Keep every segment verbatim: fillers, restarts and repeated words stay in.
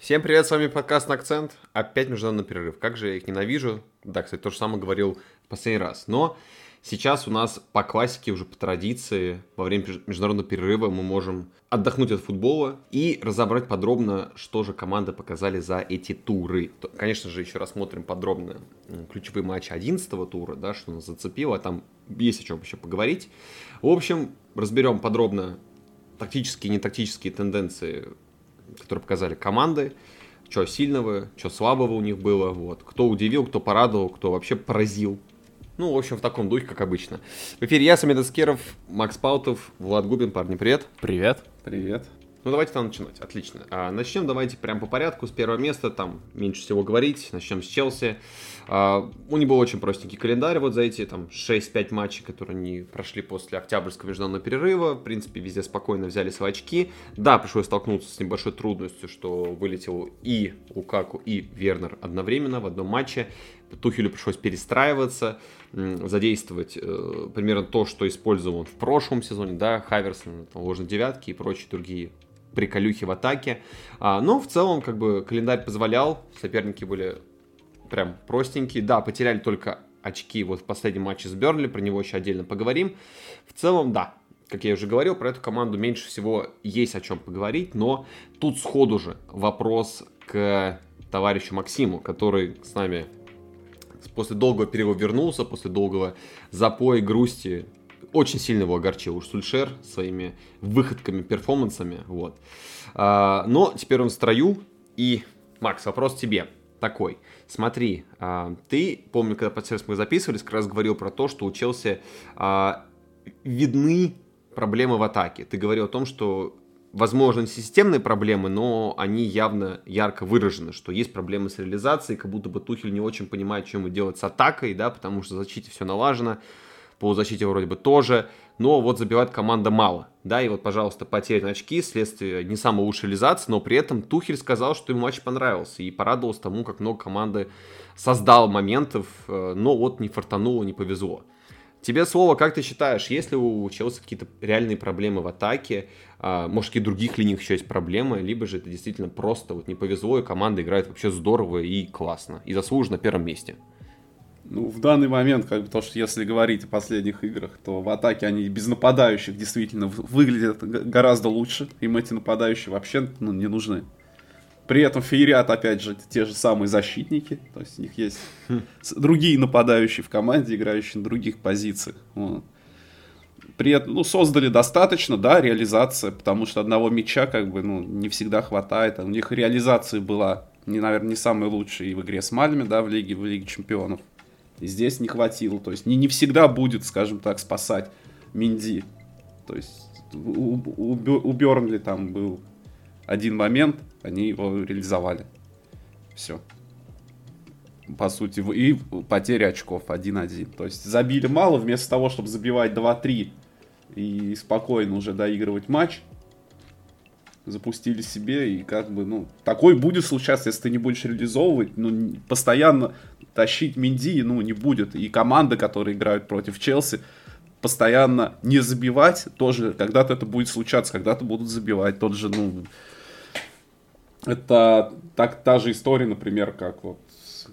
Всем привет, с вами подкаст «На акцент». Опять международный перерыв. Как же я их ненавижу. Да, кстати, то же самое говорил в последний раз. Но сейчас у нас по классике, уже по традиции, во время международного перерыва мы можем отдохнуть от футбола и разобрать подробно, что же команды показали за эти туры. Конечно же, еще рассмотрим подробно ключевые матчи одиннадцатого тура, да, что нас зацепило, там есть о чем еще поговорить. В общем, разберем подробно тактические и нетактические тенденции, которые показали команды, что сильного, что слабого у них было, вот. Кто удивил, кто порадовал, кто вообще поразил. Ну, в общем, в таком духе, как обычно. В эфире я, Самет Аскеров, Макс Паутов, Влад Губин. Парни, привет. Привет. Привет. Ну, давайте там начинать. Отлично. А, начнем давайте прям по порядку, с первого места. Там меньше всего говорить. Начнем с Челси. А, у них был очень простенький календарь вот за эти там шесть-пять матчей, которые они прошли после октябрьского международного перерыва. В принципе, везде спокойно взяли свои очки. Да, пришлось столкнуться с небольшой трудностью, что вылетел и Лукаку, и Вернер одновременно в одном матче. Тухелю пришлось перестраиваться, задействовать э, примерно то, что использовал он в прошлом сезоне, да, Хаверсон, ложные девятки и прочие другие приколюхи в атаке. А, но в целом, как бы, календарь позволял, соперники были прям простенькие. Да, потеряли только очки вот в последнем матче с Бернли, про него еще отдельно поговорим. В целом, да, как я уже говорил, про эту команду меньше всего есть о чем поговорить, но тут сходу же вопрос к товарищу Максиму, который с нами после долгого перерыва вернулся, после долгого запоя, грусти. Очень сильно его огорчил уж Сульшер своими выходками, перформансами. Вот. А, но теперь он в строю. И, Макс, вопрос тебе такой. Смотри, а, ты, помню, когда под мы записывались, как раз говорил про то, что у Челси а, видны проблемы в атаке. Ты говорил о том, что возможно, не системные проблемы, но они явно ярко выражены, что есть проблемы с реализацией, как будто бы Тухель не очень понимает, что ему делать с атакой, да, потому что в защите все налажено, по защите вроде бы тоже, но вот забивает команда мало, да, и вот, пожалуйста, потеряны очки, следствие не самой лучшей реализации, но при этом Тухель сказал, что ему матч понравился, и порадовался тому, как много команды создал моментов, но вот не фартануло, не повезло. Тебе слово, как ты считаешь, есть ли у Челси какие-то реальные проблемы в атаке, а, может, и других линиях еще есть проблемы, либо же это действительно просто вот не повезло, и команда играет вообще здорово и классно, и заслуженно на первом месте? Ну, в данный момент, как бы, то, что если говорить о последних играх, то в атаке они без нападающих действительно выглядят гораздо лучше, им эти нападающие вообще ну, не нужны. При этом феерят, опять же, те же самые защитники. То есть у них есть хм. другие нападающие в команде, играющие на других позициях. Вот. При этом, ну, создали достаточно, да, реализация, потому что одного мяча, как бы, ну, не всегда хватает. У них реализация была, не, наверное, не самая лучшая и в игре с Мальме, да, в Лиге, в Лиге Чемпионов. И здесь не хватило. То есть не, не всегда будет, скажем так, спасать Менди. То есть у, у, у Бернли там был один момент, они его реализовали. Все. По сути, и потеря очков один-один. То есть забили мало, вместо того, чтобы забивать два-три и спокойно уже доигрывать матч, запустили себе, и как бы, ну, такой будет случаться, если ты не будешь реализовывать, ну, постоянно тащить Менди, ну, не будет. И команды, которые играют против Челси, постоянно не забивать, тоже когда-то это будет случаться, когда-то будут забивать. Тот же, ну, это так, та же история, например, как вот с,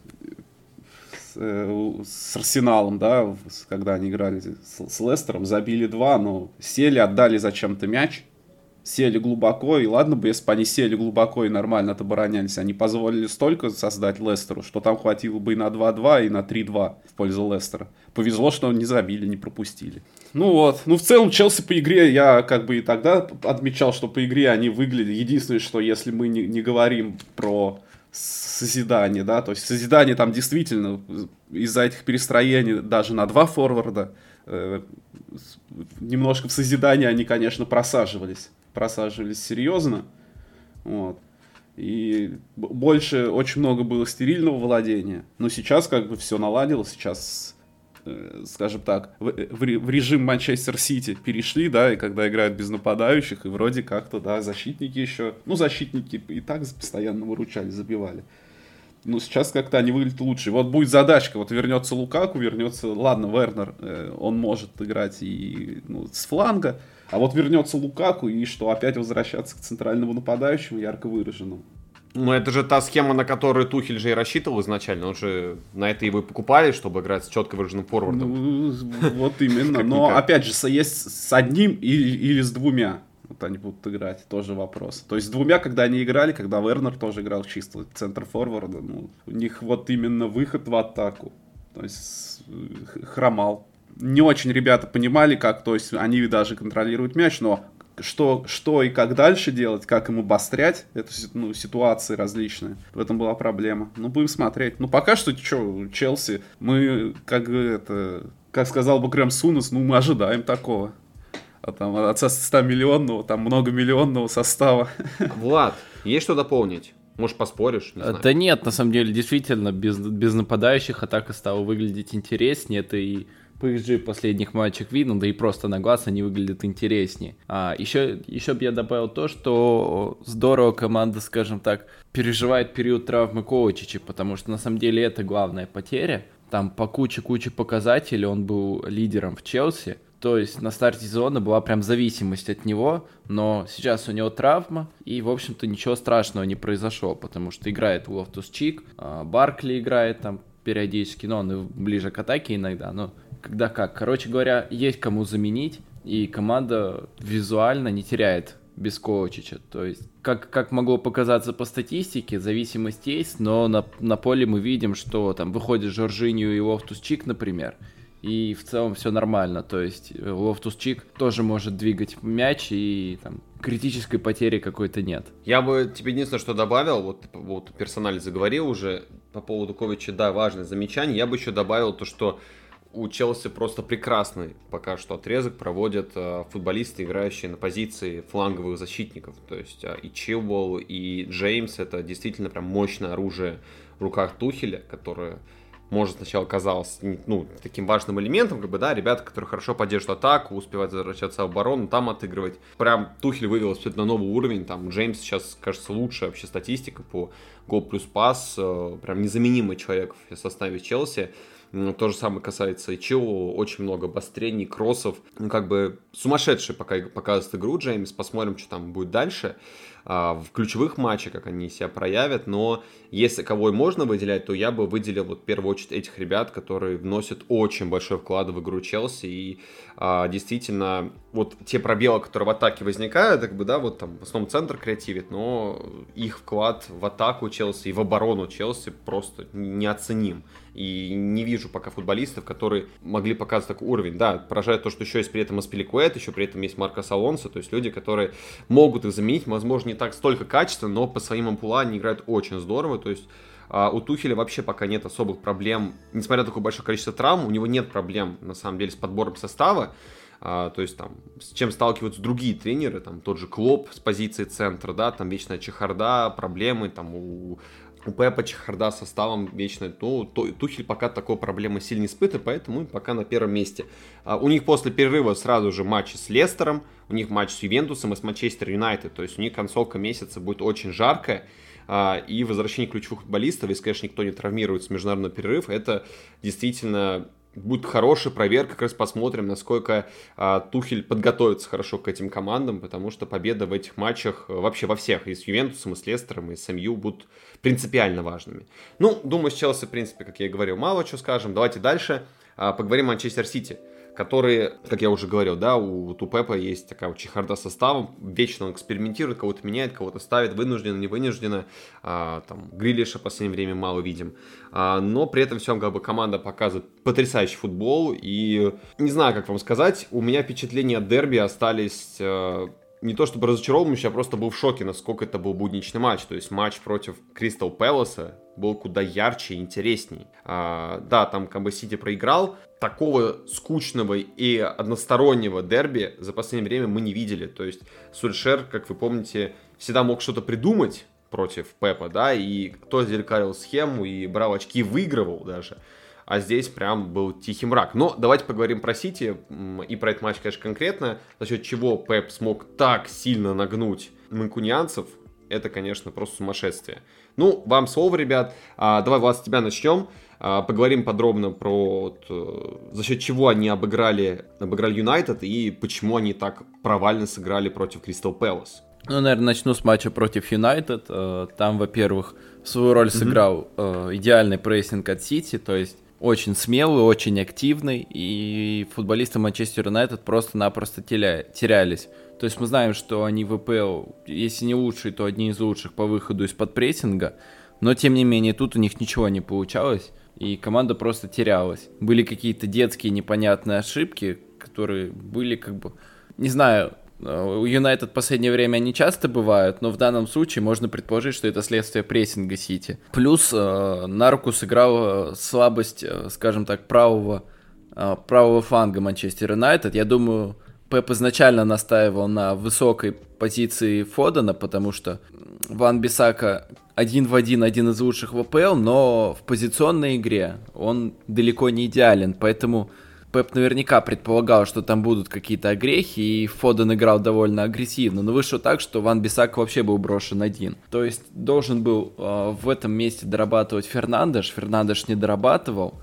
с, с Арсеналом, да, когда они играли с, с Лестером, забили два, но сели, отдали зачем-то мяч, сели глубоко, и ладно бы, если бы они сели глубоко и нормально оборонялись, они позволили столько создать Лестеру, что там хватило бы и на два-два, и на три-два в пользу Лестера. Повезло, что не забили, не пропустили. Ну вот, ну в целом Челси по игре, я как бы и тогда отмечал, что по игре они выглядят, единственное, что если мы не, не говорим про созидание, да, то есть созидание там действительно из-за этих перестроений даже на два форварда, э, немножко в созидании они, конечно, просаживались, просаживались серьезно, вот. И больше, очень много было стерильного владения, но сейчас как бы все наладилось, сейчас, э, скажем так, в, в, в режим Манчестер Сити перешли, да, и когда играют без нападающих, и вроде как-то, да, защитники еще, ну, защитники и так постоянно выручали, забивали. Но сейчас как-то они выглядят лучше. Вот будет задачка, вот вернется Лукаку, вернется, ладно, Вернер, э, он может играть и ну, с фланга, а вот вернется Лукаку, и что, опять возвращаться к центральному нападающему, ярко выраженному. Ну, это же та схема, на которую Тухель же и рассчитывал изначально. Он же на это его и покупали, чтобы играть с четко выраженным форвардом. Ну, вот именно. Но, опять же, есть с одним или, или с двумя. Вот они будут играть, тоже вопрос. То есть с двумя, когда они играли, когда Вернер тоже играл чисто центр форварда, ну, у них вот именно выход в атаку. То есть хромал. Не очень ребята понимали, как, то есть они даже контролируют мяч, но что, что и как дальше делать, как им обострять, это ну, ситуации различные. В этом была проблема. Ну, будем смотреть. Ну, пока что, что, Челси, мы, как это, как сказал бы Грэм Сунес, ну, мы ожидаем такого. А там от ста-миллионного, там многомиллионного состава. Влад, есть что дополнить? Может, поспоришь? Не знаю. Да нет, на самом деле, действительно, без, без нападающих атака стала выглядеть интереснее. Это и по икс джи в последних матчах видно, да и просто на глаз они выглядят интереснее. А еще, еще бы я добавил то, что здорово команда, скажем так, переживает период травмы Ковачича, потому что на самом деле это главная потеря. Там по куче-куче показателей он был лидером в Челси. То есть на старте сезона была прям зависимость от него, но сейчас у него травма, и, в общем-то, ничего страшного не произошло, потому что играет Лофтус-Чик, Баркли играет там периодически, но он и ближе к атаке иногда, но когда как. Короче говоря, есть кому заменить, и команда визуально не теряет без Ковачича. То есть, как, как могло показаться по статистике, зависимость есть, но на, на поле мы видим, что там выходит Жоржиньо и Лофтус-Чик, например, и в целом все нормально, то есть Лофтус-Чик тоже может двигать мяч, и там критической потери какой-то нет. Я бы тебе единственное, что добавил, вот, вот персонально заговорил уже по поводу Ковача, да, важное замечание, я бы еще добавил то, что у Челси просто прекрасный пока что отрезок проводят э, футболисты, играющие на позиции фланговых защитников, то есть э, и Чилвелл, и Джеймс, это действительно прям мощное оружие в руках Тухеля, которое может сначала казалось, ну, таким важным элементом, как бы, да, ребята, которые хорошо поддерживают атаку, успевают возвращаться в оборону, там отыгрывать. Прям Тухель вывел абсолютно на новый уровень, там Джеймс сейчас, кажется, лучшая вообще статистика по гол плюс пас, прям незаменимый человек в составе Челси. То же самое касается и Чило, очень много обострений, кроссов, ну, как бы сумасшедший пока показывает игру Джеймс, посмотрим, что там будет дальше. В ключевых матчах, как они себя проявят, но если кого и можно выделять, то я бы выделил вот в первую очередь этих ребят, которые вносят очень большой вклад в игру Челси, и а, действительно вот те пробелы, которые в атаке возникают, как бы, да, вот там в основном центр креативит, но их вклад в атаку Челси и в оборону Челси просто неоценим. И не вижу пока футболистов, которые могли показать такой уровень. Да, поражает то, что еще есть при этом Аспиликуэт, еще при этом есть Маркос Алонсо, то есть люди, которые могут их заменить, возможно, не так столько качественно, но по своим амплуа они играют очень здорово, то есть а у Тухеля вообще пока нет особых проблем, несмотря на такое большое количество травм, у него нет проблем, на самом деле, с подбором состава, а, то есть там, с чем сталкиваются другие тренеры, там, тот же Клоп с позиции центра, да, там, вечная чехарда, проблемы, там, у... У Пепа чехарда с составом вечно, ну, Тухель пока такой проблемы сильно не испытывает, поэтому пока на первом месте. А, у них после перерыва сразу же матчи с Лестером, у них матч с Ювентусом и с Манчестер Юнайтед, то есть у них концовка месяца будет очень жаркая, а, и возвращение ключевых футболистов, если, конечно, никто не травмируется с международного перерыва, это действительно будет хорошая проверка, как раз посмотрим, насколько а, Тухель подготовится хорошо к этим командам, потому что победа в этих матчах вообще во всех, и с Ювентусом, и с Лестером, и с МЮ будут принципиально важными. Ну, думаю, с Челси, в принципе, как я и говорил, мало что скажем. Давайте дальше а, поговорим о Манчестер Сити, которые, как я уже говорил, да, у, у Пепа есть такая вот чехарда составом, вечно он экспериментирует, кого-то меняет, кого-то ставит, вынужденно, не вынужденно, а, там, Грилиша в последнее время мало видим, а, но при этом всем, как бы, команда показывает потрясающий футбол, и не знаю, как вам сказать, у меня впечатления от дерби остались... А, не то чтобы разочаровывающий, я просто был в шоке, насколько это был будничный матч. То есть матч против Кристал Пэласа был куда ярче и интересней. А, да, там как бы Сити проиграл. Такого скучного и одностороннего дерби за последнее время мы не видели. То есть Сульшер, как вы помните, всегда мог что-то придумать против Пепа, да, и кто зеркалил схему и брал очки, выигрывал даже. А здесь прям был тихий мрак. Но давайте поговорим про Сити и про этот матч, конечно, конкретно. За счет чего Пеп смог так сильно нагнуть манкунианцев, это, конечно, просто сумасшествие. Ну, вам слово, ребят. А, давай, Влад, с тебя начнем. А, поговорим подробно про вот, за счет чего они обыграли обыграли Юнайтед и почему они так провально сыграли против Кристал Пэлас. Ну, наверное, начну с матча против Юнайтед. Там, во-первых, свою роль сыграл mm-hmm. идеальный прессинг от Сити, то есть очень смелый, очень активный, и футболисты Манчестер Юнайтед просто-напросто терялись. То есть мы знаем, что они в АПЛ, если не лучшие, то одни из лучших по выходу из-под прессинга, но тем не менее тут у них ничего не получалось, и команда просто терялась. Были какие-то детские непонятные ошибки, которые были как бы, не знаю, у Юнайтед в последнее время они часто бывают, но в данном случае можно предположить, что это следствие прессинга Сити. Плюс э, на руку сыграла слабость, э, скажем так, правого, э, правого фланга Манчестер Юнайтед. Я думаю, Пеп изначально настаивал на высокой позиции Фодена, потому что Ван-Бисака один в один, один из лучших в АПЛ, но в позиционной игре он далеко не идеален, поэтому Пеп наверняка предполагал, что там будут какие-то огрехи, и Фоден играл довольно агрессивно, но вышло так, что Ван-Бисака вообще был брошен один. То есть должен был э, в этом месте дорабатывать Фернандеш, Фернандеш не дорабатывал,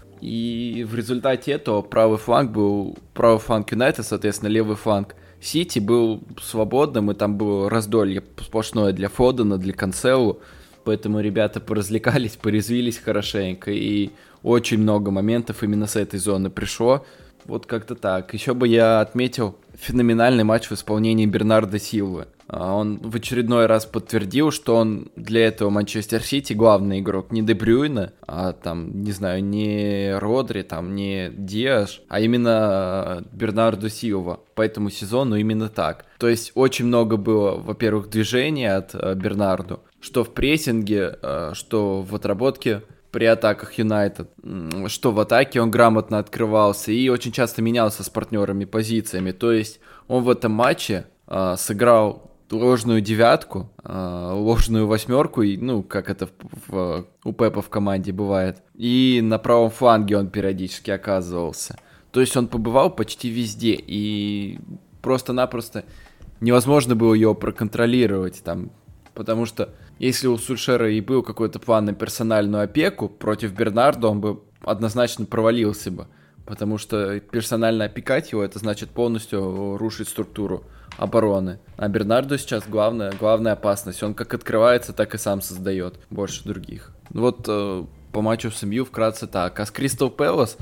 и в результате этого правый фланг был, правый фланг Юнайтед, соответственно, левый фланг Сити был свободным, и там было раздолье сплошное для Фодена, для Канцелу, поэтому ребята поразвлекались, порезвились хорошенько, и очень много моментов именно с этой зоны пришло. Вот как-то так. Еще бы я отметил феноменальный матч в исполнении Бернардо Силвы. Он в очередной раз подтвердил, что он для этого Манчестер Сити главный игрок не Де Брюйна, а там, не знаю, не Родри, там, не Диаш, а именно Бернардо Силва. По этому сезону именно так. То есть очень много было, во-первых, движений от Бернарду, что в прессинге, что в отработке при атаках Юнайтед, что в атаке он грамотно открывался и очень часто менялся с партнерами позициями. То есть он в этом матче э, сыграл ложную девятку, э, ложную восьмерку, и, ну, как это в, в, у Пепа в команде бывает. И на правом фланге он периодически оказывался. То есть он побывал почти везде, и просто-напросто невозможно было его проконтролировать там, потому что если у Сульшера и был какой-то план на персональную опеку, против Бернардо он бы однозначно провалился бы. Потому что персонально опекать его, это значит полностью рушить структуру обороны. А Бернардо сейчас главная, главная опасность. Он как открывается, так и сам создает больше других. Вот э, по матчу с МЮ вкратце так. А с Кристал Пэлас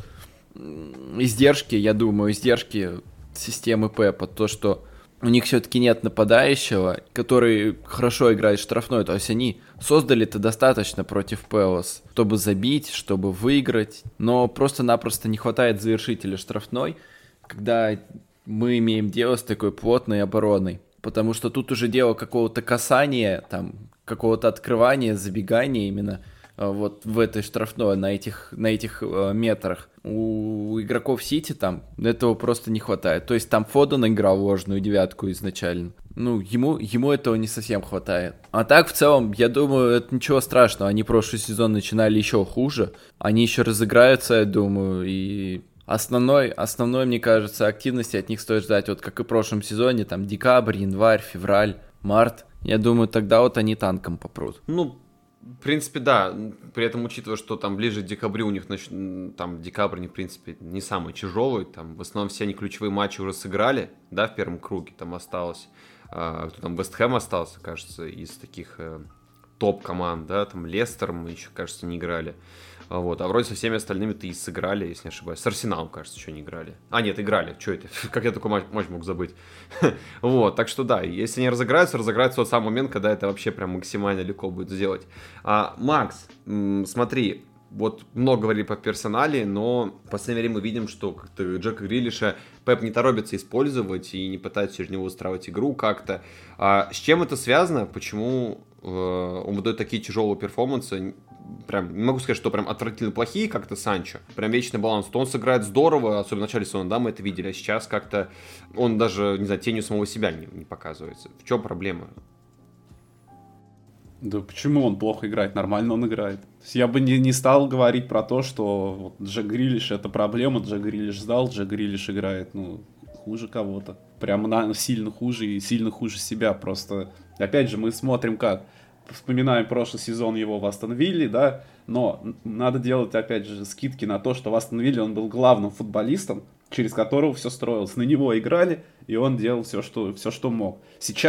издержки, я думаю, издержки системы Пепа, то, что у них все-таки нет нападающего, который хорошо играет штрафной. То есть они создали-то достаточно против Пэлас, чтобы забить, чтобы выиграть. Но просто-напросто не хватает завершителя штрафной, когда мы имеем дело с такой плотной обороной. Потому что тут уже дело какого-то касания, там, какого-то открывания, забегания именно вот в этой штрафной, на этих, на этих э, метрах. У игроков Сити там этого просто не хватает. То есть там Фоден играл ложную девятку изначально. Ну, ему, ему этого не совсем хватает. А так, в целом, я думаю, это ничего страшного. Они прошлый сезон начинали еще хуже. Они еще разыграются, я думаю, и... Основной, основной, мне кажется, активности от них стоит ждать, вот как и в прошлом сезоне, там, декабрь, январь, февраль, март. Я думаю, тогда вот они танком попрут. Ну, в принципе, да. При этом, учитывая, что там ближе к декабрю у них, там, декабрь, в принципе, не самый тяжелый. Там, в основном, все они ключевые матчи уже сыграли, да, в первом круге там осталось. А, кто там, Вест Хэм остался, кажется, из таких э, топ-команд, да, там, Лестер мы еще, кажется, не играли. Вот, а вроде со всеми остальными-то и сыграли, если не ошибаюсь. С Арсеналом, кажется, еще не играли. А, нет, играли. Что это? Как я такой матч, матч мог забыть? Вот, так что да, если они разыграются, разыграются в тот самый момент, когда это вообще прям максимально легко будет сделать. А, Макс, м- смотри, вот много говорили по персонале, но в последнее время мы видим, что как-то Джека Грилиша Пеп не торопится использовать и не пытается через него устраивать игру как-то. А с чем это связано? Почему э, он выдает такие тяжелые перформансы? Прям, не могу сказать, что прям отвратительно плохие, как-то Санчо. Прям вечный баланс. То он сыграет здорово, особенно в начале сезона, да, мы это видели, а сейчас как-то он даже, не знаю, тенью самого себя не, не показывается. В чем проблема? Да почему он плохо играет? Нормально он играет. То есть я бы не, не стал говорить про то, что вот Джек Грилиш это проблема, Джек Грилиш сдал, Джек Грилиш играет, ну, хуже кого-то. Прям на, сильно хуже и сильно хуже себя. Просто, опять же, мы смотрим как. Вспоминаем прошлый сезон его в Астон Вилле, да, но надо делать, опять же, скидки на то, что в Астон Вилле он был главным футболистом, через которого все строилось. На него играли, и он делал все, что, все, что мог. Сейчас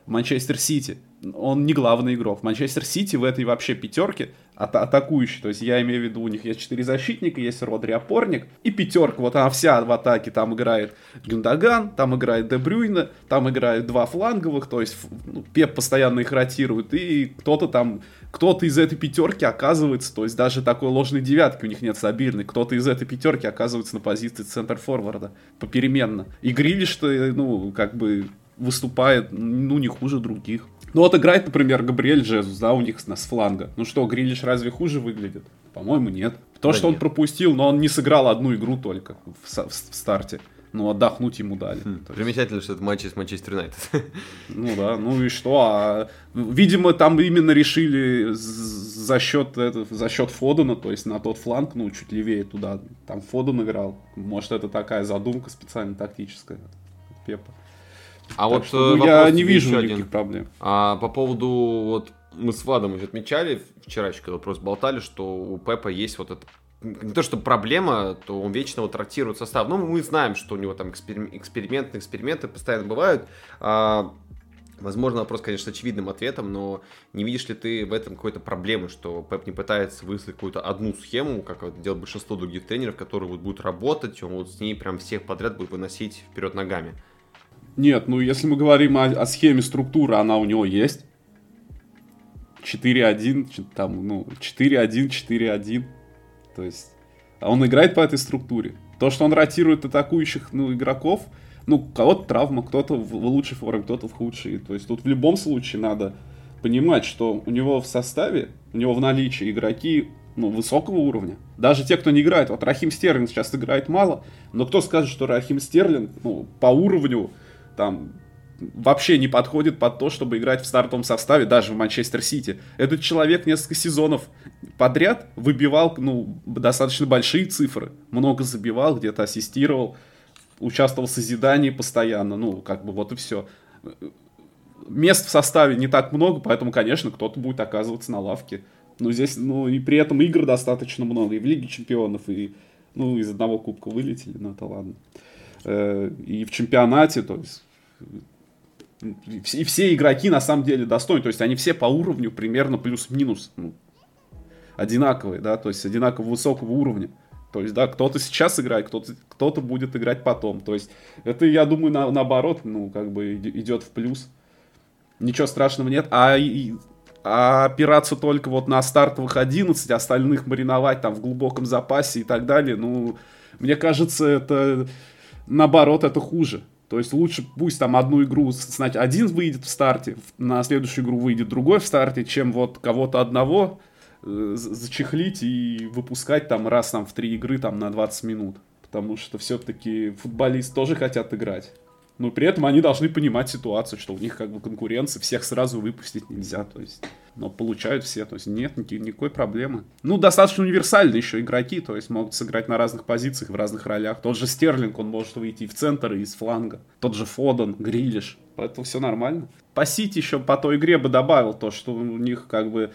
Манчестер Сити, он не главный игрок. Манчестер Сити в этой вообще пятерке ата- атакующий. То есть я имею в виду, у них есть четыре защитника, есть Родри опорник и пятерка. Вот она вся в атаке. Там играет Гюндоган, там играет Де Брюйне, там играют два фланговых. То есть ну, Пеп постоянно их ротирует. И кто-то там, кто-то из этой пятерки оказывается, то есть даже такой ложной девятки у них нет стабильной. Кто-то из этой пятерки оказывается на позиции центр-форварда попеременно. И Грилиш-то, ну, как бы выступает, ну, не хуже других. Ну, вот играет, например, Габриэль Джезус, да, у них с, с фланга. Ну что, Грилиш разве хуже выглядит? По-моему, нет. То, да что нет. Он пропустил, но он не сыграл одну игру только в, в, в старте. Ну, отдохнуть ему дали. Хм, примечательно, что это матч с Манчестер Юнайтед. Ну да, ну и что? А, видимо, там именно решили за счет, это, за счет Фодена, то есть на тот фланг, ну, чуть левее туда. Там Фоден играл. Может, это такая задумка специально тактическая Пепа. А так вот что, ну, я не вижу никаких один. проблем. А по поводу, вот мы с Владом уже отмечали вчера, еще когда просто болтали, что у Пепа есть вот это, не то что проблема, то он вечно вот ротирует состав. Ну, мы знаем, что у него там эксперименты, эксперименты постоянно бывают. А, возможно, вопрос, конечно, с очевидным ответом, но не видишь ли ты в этом какой-то проблемы, что Пеп не пытается выстроить какую-то одну схему, как это делает большинство других тренеров, которые вот будут работать, он вот с ней прям всех подряд будет выносить вперед ногами? Нет, ну если мы говорим о, о схеме структуры, она у него есть. четыре один, там, ну, четыре один, четыре один. То есть, а он играет по этой структуре. То, что он ротирует атакующих, ну, игроков, ну, у кого-то травма, кто-то в, в лучшей форме, кто-то в худшей. То есть, тут в любом случае надо понимать, что у него в составе, у него в наличии игроки, ну, высокого уровня. Даже те, кто не играет. Вот Рахим Стерлинг сейчас играет мало, но кто скажет, что Рахим Стерлинг, ну, по уровню там вообще не подходит под то, чтобы играть в стартовом составе, даже в Манчестер Сити. Этот человек несколько сезонов подряд выбивал, ну, достаточно большие цифры. Много забивал, где-то ассистировал, участвовал в созидании постоянно. Ну, как бы вот и все. Мест в составе не так много, поэтому, конечно, кто-то будет оказываться на лавке. Но здесь, ну, и при этом игр достаточно много. И в Лиге Чемпионов, и, ну, из одного кубка вылетели, но это ладно. И в чемпионате, то есть и все игроки на самом деле достойны, то есть они все по уровню примерно плюс-минус, ну, одинаковые, да, то есть одинаково высокого уровня. То есть, да, кто-то сейчас играет, кто-то, кто-то будет играть потом. То есть это, я думаю, на, наоборот, ну, как бы идет в плюс. Ничего страшного нет. А, и, а опираться только вот на стартовых одиннадцать, остальных мариновать там в глубоком запасе и так далее, ну, мне кажется, это... Наоборот, это хуже. То есть лучше пусть там одну игру, значит, один выйдет в старте, на следующую игру выйдет другой в старте, чем вот кого-то одного э, зачехлить и выпускать там раз там в три игры там на двадцать минут. Потому что все-таки футболисты тоже хотят играть. Но при этом они должны понимать ситуацию, что у них как бы конкуренция, всех сразу выпустить нельзя. То есть, но получают все, то есть нет ни- никакой проблемы. Ну, достаточно универсальные еще игроки, то есть могут сыграть на разных позициях, в разных ролях. Тот же Стерлинг, он может выйти и в центр, и из фланга. Тот же Фоден, Грилиш, поэтому все нормально. По Сити еще по той игре бы добавил то, что у них как бы...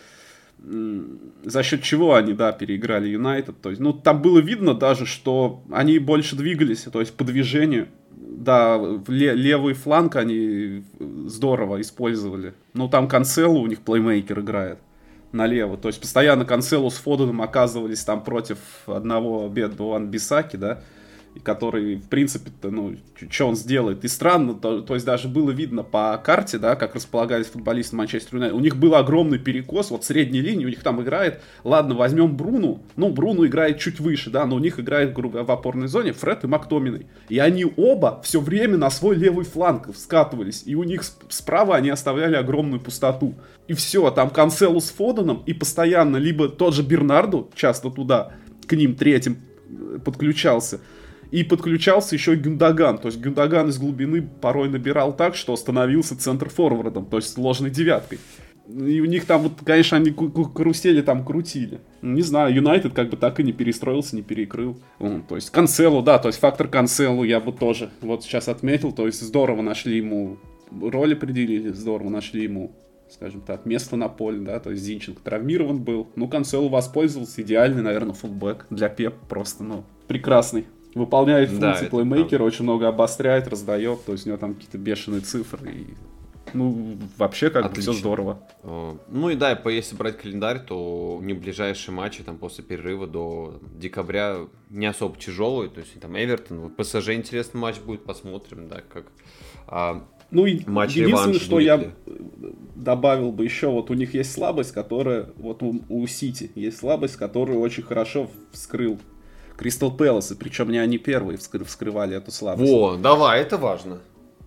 За счет чего они, да, переиграли Юнайтед. То есть, ну, там было видно даже, что они больше двигались, то есть по движению. Да, ле- левый фланг они здорово использовали. Ну, там Канцело у них плеймейкер играет налево. То есть, постоянно Канцело с Фоденом оказывались там против одного бедного Wan-Bissaka, да, который, в принципе-то, ну, что он сделает. И странно, то, то есть даже было видно по карте, да, как располагались футболисты Манчестер Юнайтед. У них был огромный перекос, вот средней линии, у них там играет, ладно, возьмем Бруну, ну, Бруну играет чуть выше, да, но у них играет в опорной зоне Фред и Мактоминой. И они оба все время на свой левый фланг скатывались, и у них справа они оставляли огромную пустоту. И все, там Канцело с Фоденом, и постоянно либо тот же Бернарду часто туда, к ним третьим подключался, и подключался еще Гюндоган. То есть Гюндоган из глубины порой набирал так, что становился центр-форвардом, то есть ложной девяткой. И у них там, вот, конечно, они карусели там крутили. Не знаю, Юнайтед как бы так и не перестроился, не перекрыл. Ну, то есть Канцело, да, то есть фактор Канцело я бы тоже вот сейчас отметил. То есть здорово нашли ему роль определили, здорово нашли ему, скажем так, место на поле, да, то есть Зинченко травмирован был. Ну, Канцело воспользовался, идеальный, наверное, фулбэк для Пеп, просто, ну, прекрасный. Выполняет функции да, плеймейкера, очень много обостряет, раздает, то есть у него там какие-то бешеные цифры. И Ну, вообще, как бы все здорово. Ну и да, если брать календарь, то у них ближайшие матчи там после перерыва до декабря не особо тяжелые. То есть там Эвертон, вот ПСЖ интересный матч будет, посмотрим, да, как а, ну, и матч единственное, что я ли. добавил бы еще, вот у них есть слабость, которая, вот у, у Сити есть слабость, которую очень хорошо вскрыл Кристал Пэлас, и причем не они первые вскры- вскрывали эту слабость. Во, давай, это важно.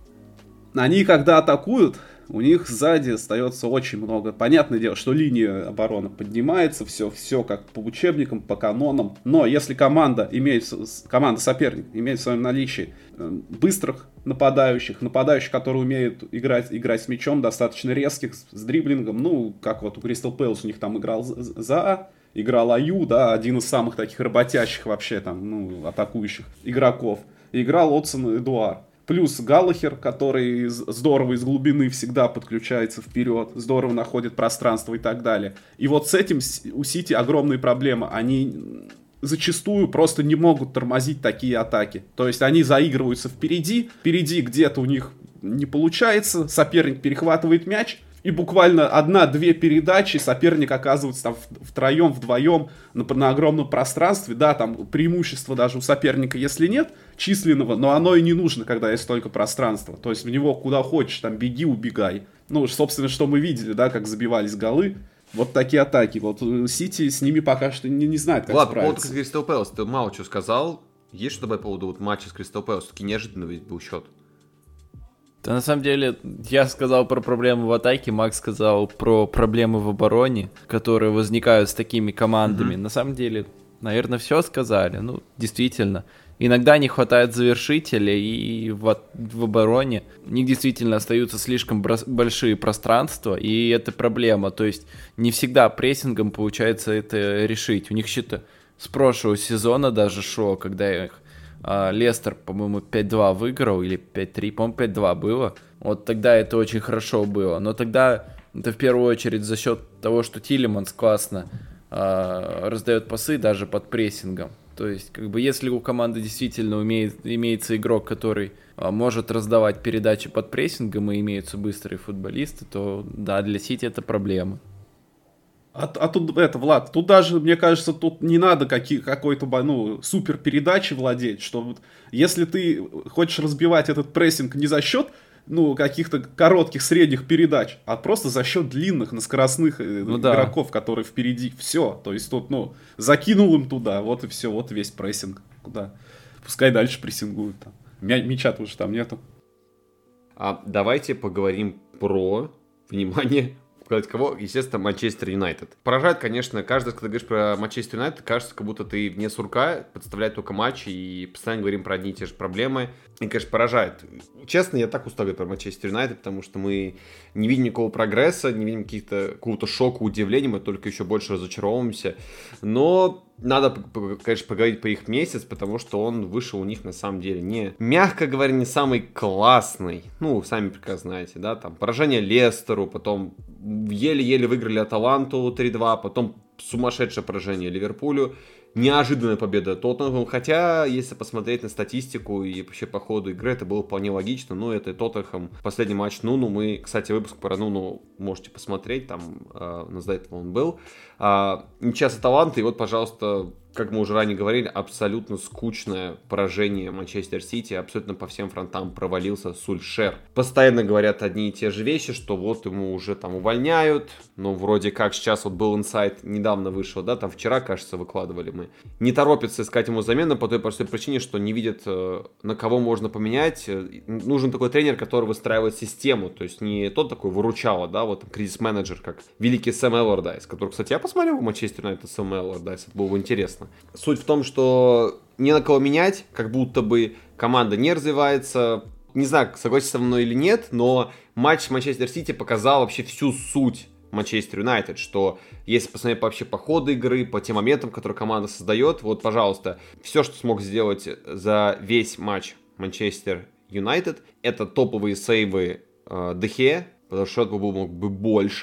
Они, когда атакуют, у них сзади остается очень много. Понятное дело, что линия обороны поднимается, все, все как по учебникам, по канонам. Но если команда имеет, команда соперник имеет в своем наличии быстрых нападающих, нападающих, которые умеют играть, играть с мячом, достаточно резких, с дриблингом, ну, как вот у Кристал Пэлас у них там играл За, играл Аю, да, один из самых таких работящих вообще там, ну, атакующих игроков. И играл Отсон Эдуард. Плюс Галлахер, который здорово из глубины всегда подключается вперед, здорово находит пространство и так далее. И вот с этим у Сити огромные проблемы. Они зачастую просто не могут тормозить такие атаки. То есть они заигрываются впереди, впереди где-то у них не получается, соперник перехватывает мяч, и буквально одна-две передачи, соперник оказывается там втроем, вдвоем на, на огромном пространстве. Да, там преимущество даже у соперника, если нет, численного, но оно и не нужно, когда есть только пространство. То есть в него куда хочешь, там беги, убегай. Ну, собственно, что мы видели, да, как забивались голы. Вот такие атаки. Вот Сити с ними пока что не, не знает, как Ладно, справиться. по поводу Кристал Пэлас, ты мало что сказал. Есть что добавить по поводу вот матча с Кристал Пэлас? Таки неожиданно ведь был счет. Да, на самом деле, я сказал про проблемы в атаке, Макс сказал про проблемы в обороне, которые возникают с такими командами. Mm-hmm. На самом деле, наверное, все сказали. Ну, действительно. Иногда не хватает завершителя, и в, в обороне у них действительно остаются слишком брос- большие пространства, и это проблема. То есть не всегда прессингом получается это решить. У них что-то с прошлого сезона даже шло, когда их Лестер, по-моему, пять-два выиграл, или пять-три, по-моему, пять-два было. Вот тогда это очень хорошо было. Но тогда это в первую очередь за счет того, что Тилеманс классно э, раздает пасы даже под прессингом. То есть, как бы, если у команды действительно умеет, имеется игрок, который э, может раздавать передачи под прессингом и имеются быстрые футболисты, то да, для Сити это проблема. А, а тут это, Влад, тут даже, мне кажется, тут не надо какие, какой-то, ну, супер передачи владеть, что вот если ты хочешь разбивать этот прессинг не за счет, ну, каких-то коротких, средних передач, а просто за счет длинных, на скоростных ну, игроков, да. которые впереди, все, то есть тут, ну, закинул им туда, вот и все, вот весь прессинг, куда, пускай дальше прессингуют там, мяча-то уже там нету. А давайте поговорим про, внимание, кого? Естественно, Манчестер Юнайтед. Поражает, конечно, каждый раз, когда говоришь про Манчестер Юнайтед, кажется, как будто ты вне сурка, подставляет только матчи и постоянно говорим про одни и те же проблемы. И, конечно, поражает. Честно, я так устал говорить про Манчестер Юнайтед, потому что мы не видим никакого прогресса, не видим каких-то, какого-то шока, удивления, мы только еще больше разочаровываемся. Но надо, конечно, поговорить по их месяц, потому что он вышел у них, на самом деле, не, мягко говоря, не самый классный. Ну, сами прекрасно знаете, да, там, поражение Лестеру, потом еле-еле выиграли Аталанту три-два, потом сумасшедшее поражение Ливерпулю, неожиданная победа Тоттенхэм, хотя, если посмотреть на статистику и вообще по ходу игры, это было вполне логично, ну, это Тоттенхэм, последний матч Нуну, мы, кстати, выпуск про Нуну можете посмотреть, там, э, у нас до этого он был, а, ничья с Аталантой, и вот, пожалуйста, как мы уже ранее говорили, абсолютно скучное поражение Манчестер Сити, абсолютно по всем фронтам провалился Сульшер. Постоянно говорят одни и те же вещи, что вот ему уже там увольняют, но вроде как сейчас вот был инсайт, недавно вышел, да, там вчера, кажется, выкладывали мы. Не торопятся искать ему замену по той простой причине, что не видят, на кого можно поменять. Нужен такой тренер, который выстраивает систему, то есть не тот такой выручало, да, вот кризис-менеджер, как великий Сэм Эллардайс, который, кстати, я посмотрел в Манчестер Юнайтед Сэм Эллардайс, это было бы интересно. Суть в том, что не на кого менять, как будто бы команда не развивается. Не знаю, согласитесь со мной или нет, но матч Манчестер Сити показал вообще всю суть Манчестер Юнайтед, что если посмотреть вообще по ходу игры, по тем моментам, которые команда создает, вот, пожалуйста, все, что смог сделать за весь матч Манчестер Юнайтед, это топовые сейвы э, Де Геа, потому что счет был мог бы больше.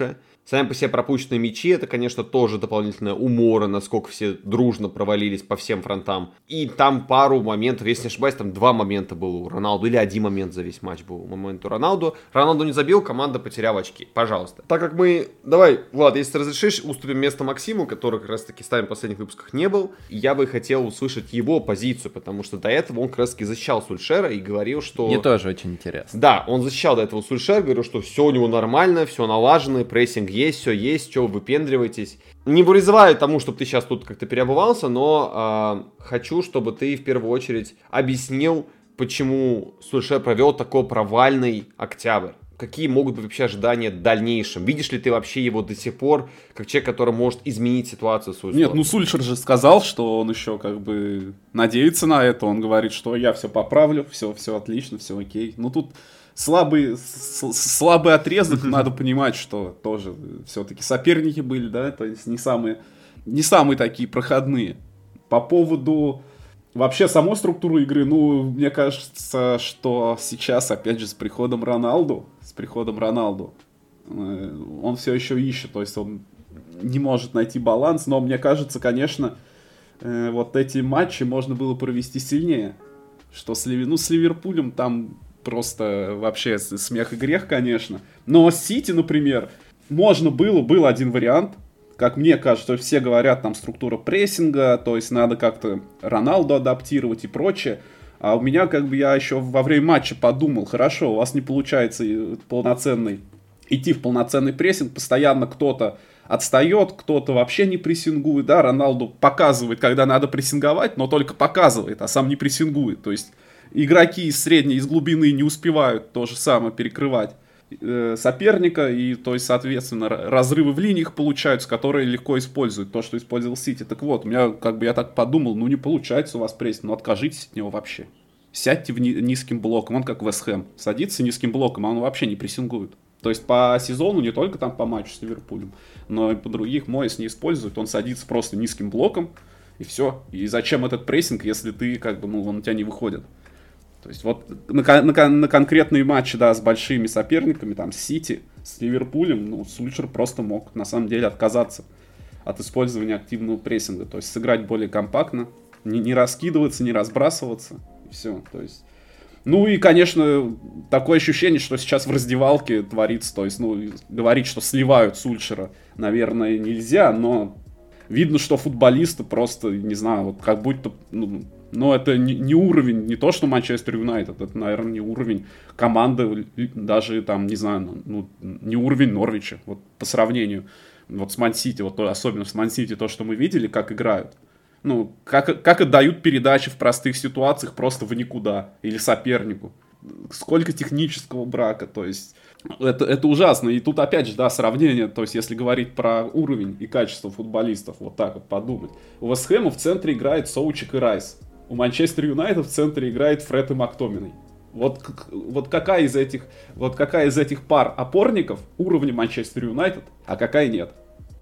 Сами по себе пропущенные мячи, это, конечно, тоже дополнительная умора, насколько все дружно провалились по всем фронтам. И там пару моментов, если не ошибаюсь, там два момента было у Роналду, или один момент за весь матч был у момента у Роналду. Роналду не забил, команда потеряла очки. Пожалуйста. Так как мы... Давай, Влад, если ты разрешишь, уступим место Максиму, который как раз-таки с нами в последних выпусках не был. Я бы хотел услышать его позицию, потому что до этого он как раз-таки защищал Сульшера и говорил, что... Мне тоже очень интересно. Да, он защищал до этого Сульшера, говорил, что все у него нормально, все налажено, прессинг есть, все есть, что вы выпендриваетесь. Не призываю тому, чтобы ты сейчас тут как-то переобувался, но э, хочу, чтобы ты в первую очередь объяснил, почему Сульшер провел такой провальный октябрь. Какие могут быть вообще ожидания в дальнейшем? Видишь ли ты вообще его до сих пор как человек, который может изменить ситуацию в свою Нет, сторону? ну Сульшер же сказал, что он еще как бы надеется на это. Он говорит, что я все поправлю, все, все отлично, все окей. Ну тут слабый, с- слабый отрезок, надо понимать, что тоже все-таки соперники были, да, то есть не самые, не самые такие проходные. По поводу вообще самой структуры игры, ну, мне кажется, что сейчас, опять же, с приходом Роналду, с приходом Роналду, э, он все еще ищет, то есть он не может найти баланс, но мне кажется, конечно, э, вот эти матчи можно было провести сильнее, что с, Ливи- ну, с Ливерпулем там просто вообще смех и грех, конечно, но с Сити, например, можно было, был один вариант. Как мне кажется, все говорят, там структура прессинга, то есть надо как-то Роналду адаптировать и прочее. А у меня, как бы, я еще во время матча подумал, хорошо, у вас не получается полноценный, идти в полноценный прессинг, постоянно кто-то отстает, кто-то вообще не прессингует, да, Роналду показывает, когда надо прессинговать, но только показывает, а сам не прессингует. То есть игроки из средней, из глубины не успевают то же самое перекрывать соперника, и, то есть, соответственно, разрывы в линиях получаются, которые легко используют то, что использовал Сити. Так вот, у меня, как бы, я так подумал, ну, не получается у вас прессинг, ну, откажитесь от него вообще. Сядьте в ни- низким блоком, он как Вест Хэм, садится низким блоком, а он вообще не прессингует. То есть, по сезону, не только там по матчу с Ливерпулем, но и по других Моэс не использует, он садится просто низким блоком, и все. И зачем этот прессинг, если ты, как бы, ну, он у тебя не выходит. То есть вот на, на, на конкретные матчи, да, с большими соперниками, там, с Сити, с Ливерпулем, ну, Сульшер просто мог, на самом деле, отказаться от использования активного прессинга. То есть сыграть более компактно, не, не раскидываться, не разбрасываться, и все. То есть, ну и, конечно, такое ощущение, что сейчас в раздевалке творится, то есть, ну, говорить, что сливают Сульшера, наверное, нельзя, но видно, что футболисты просто, не знаю, вот как будто, ну, но это не, не уровень, не то, что Манчестер Юнайтед, это, наверное, не уровень команды, даже там, не знаю, ну, не уровень Норвича, вот по сравнению вот с Ман-Сити, вот особенно с Ман-Сити, то, что мы видели, как играют. Ну, как, как отдают передачи в простых ситуациях просто в никуда, или сопернику. Сколько технического брака, то есть это, это ужасно. И тут опять же, да, сравнение, то есть если говорить про уровень и качество футболистов, вот так вот подумать. У Вест Хэма в центре играет Соучик и Райс. У Манчестер Юнайтед в центре играет Фред и Мактоминой. Вот, вот, какая из этих, вот какая из этих пар опорников уровня Манчестер Юнайтед, а какая нет?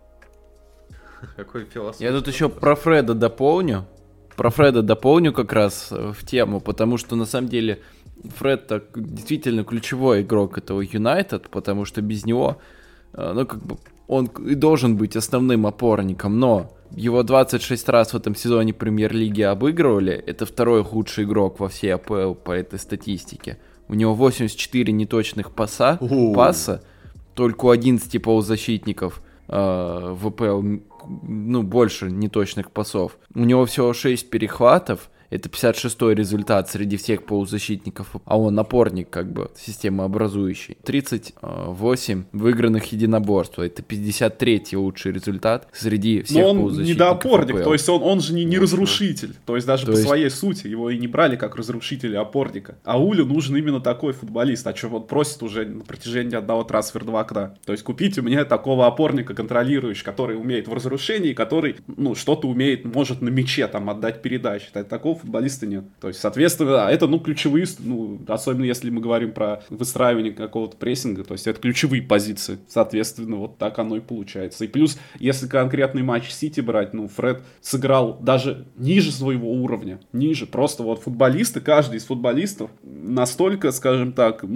Какой философ. Я тут еще про Фреда дополню. Про Фреда дополню как раз в тему, потому что на самом деле Фред так действительно ключевой игрок этого Юнайтед, потому что без него, ну, как бы, он и должен быть основным опорником, но его двадцать шесть раз в этом сезоне премьер-лиги обыгрывали. Это второй худший игрок во всей АПЛ по этой статистике. У него восемьдесят четыре неточных паса, паса, только у одиннадцати полузащитников э, в АПЛ, ну, больше неточных пасов. У него всего шесть перехватов. Это пятьдесят шестой результат среди всех полузащитников, а он опорник, как бы, системообразующий. тридцать восемь выигранных единоборств, это пятьдесят третий лучший результат среди всех полузащитников. Но он полузащитников недоопорник, АПЛ. То есть он, он же не, не разрушитель, то есть даже То по есть... своей сути его и не брали как разрушителя, опорника. А Улю нужен именно такой футболист, о чем он просит уже на протяжении одного трансферного окна. То есть купите мне такого опорника, контролирующего, который умеет в разрушении, который, ну, что-то умеет, может на мяче там отдать передачи. Такого футболиста нет. То есть, соответственно, да, это, ну, ключевые, ну, особенно если мы говорим про выстраивание какого-то прессинга, то есть это ключевые позиции. Соответственно, вот так оно и получается. И плюс, если конкретный матч Сити брать, ну, Фред сыграл даже ниже своего уровня, ниже. Просто вот футболисты, каждый из футболистов настолько, скажем так, ну,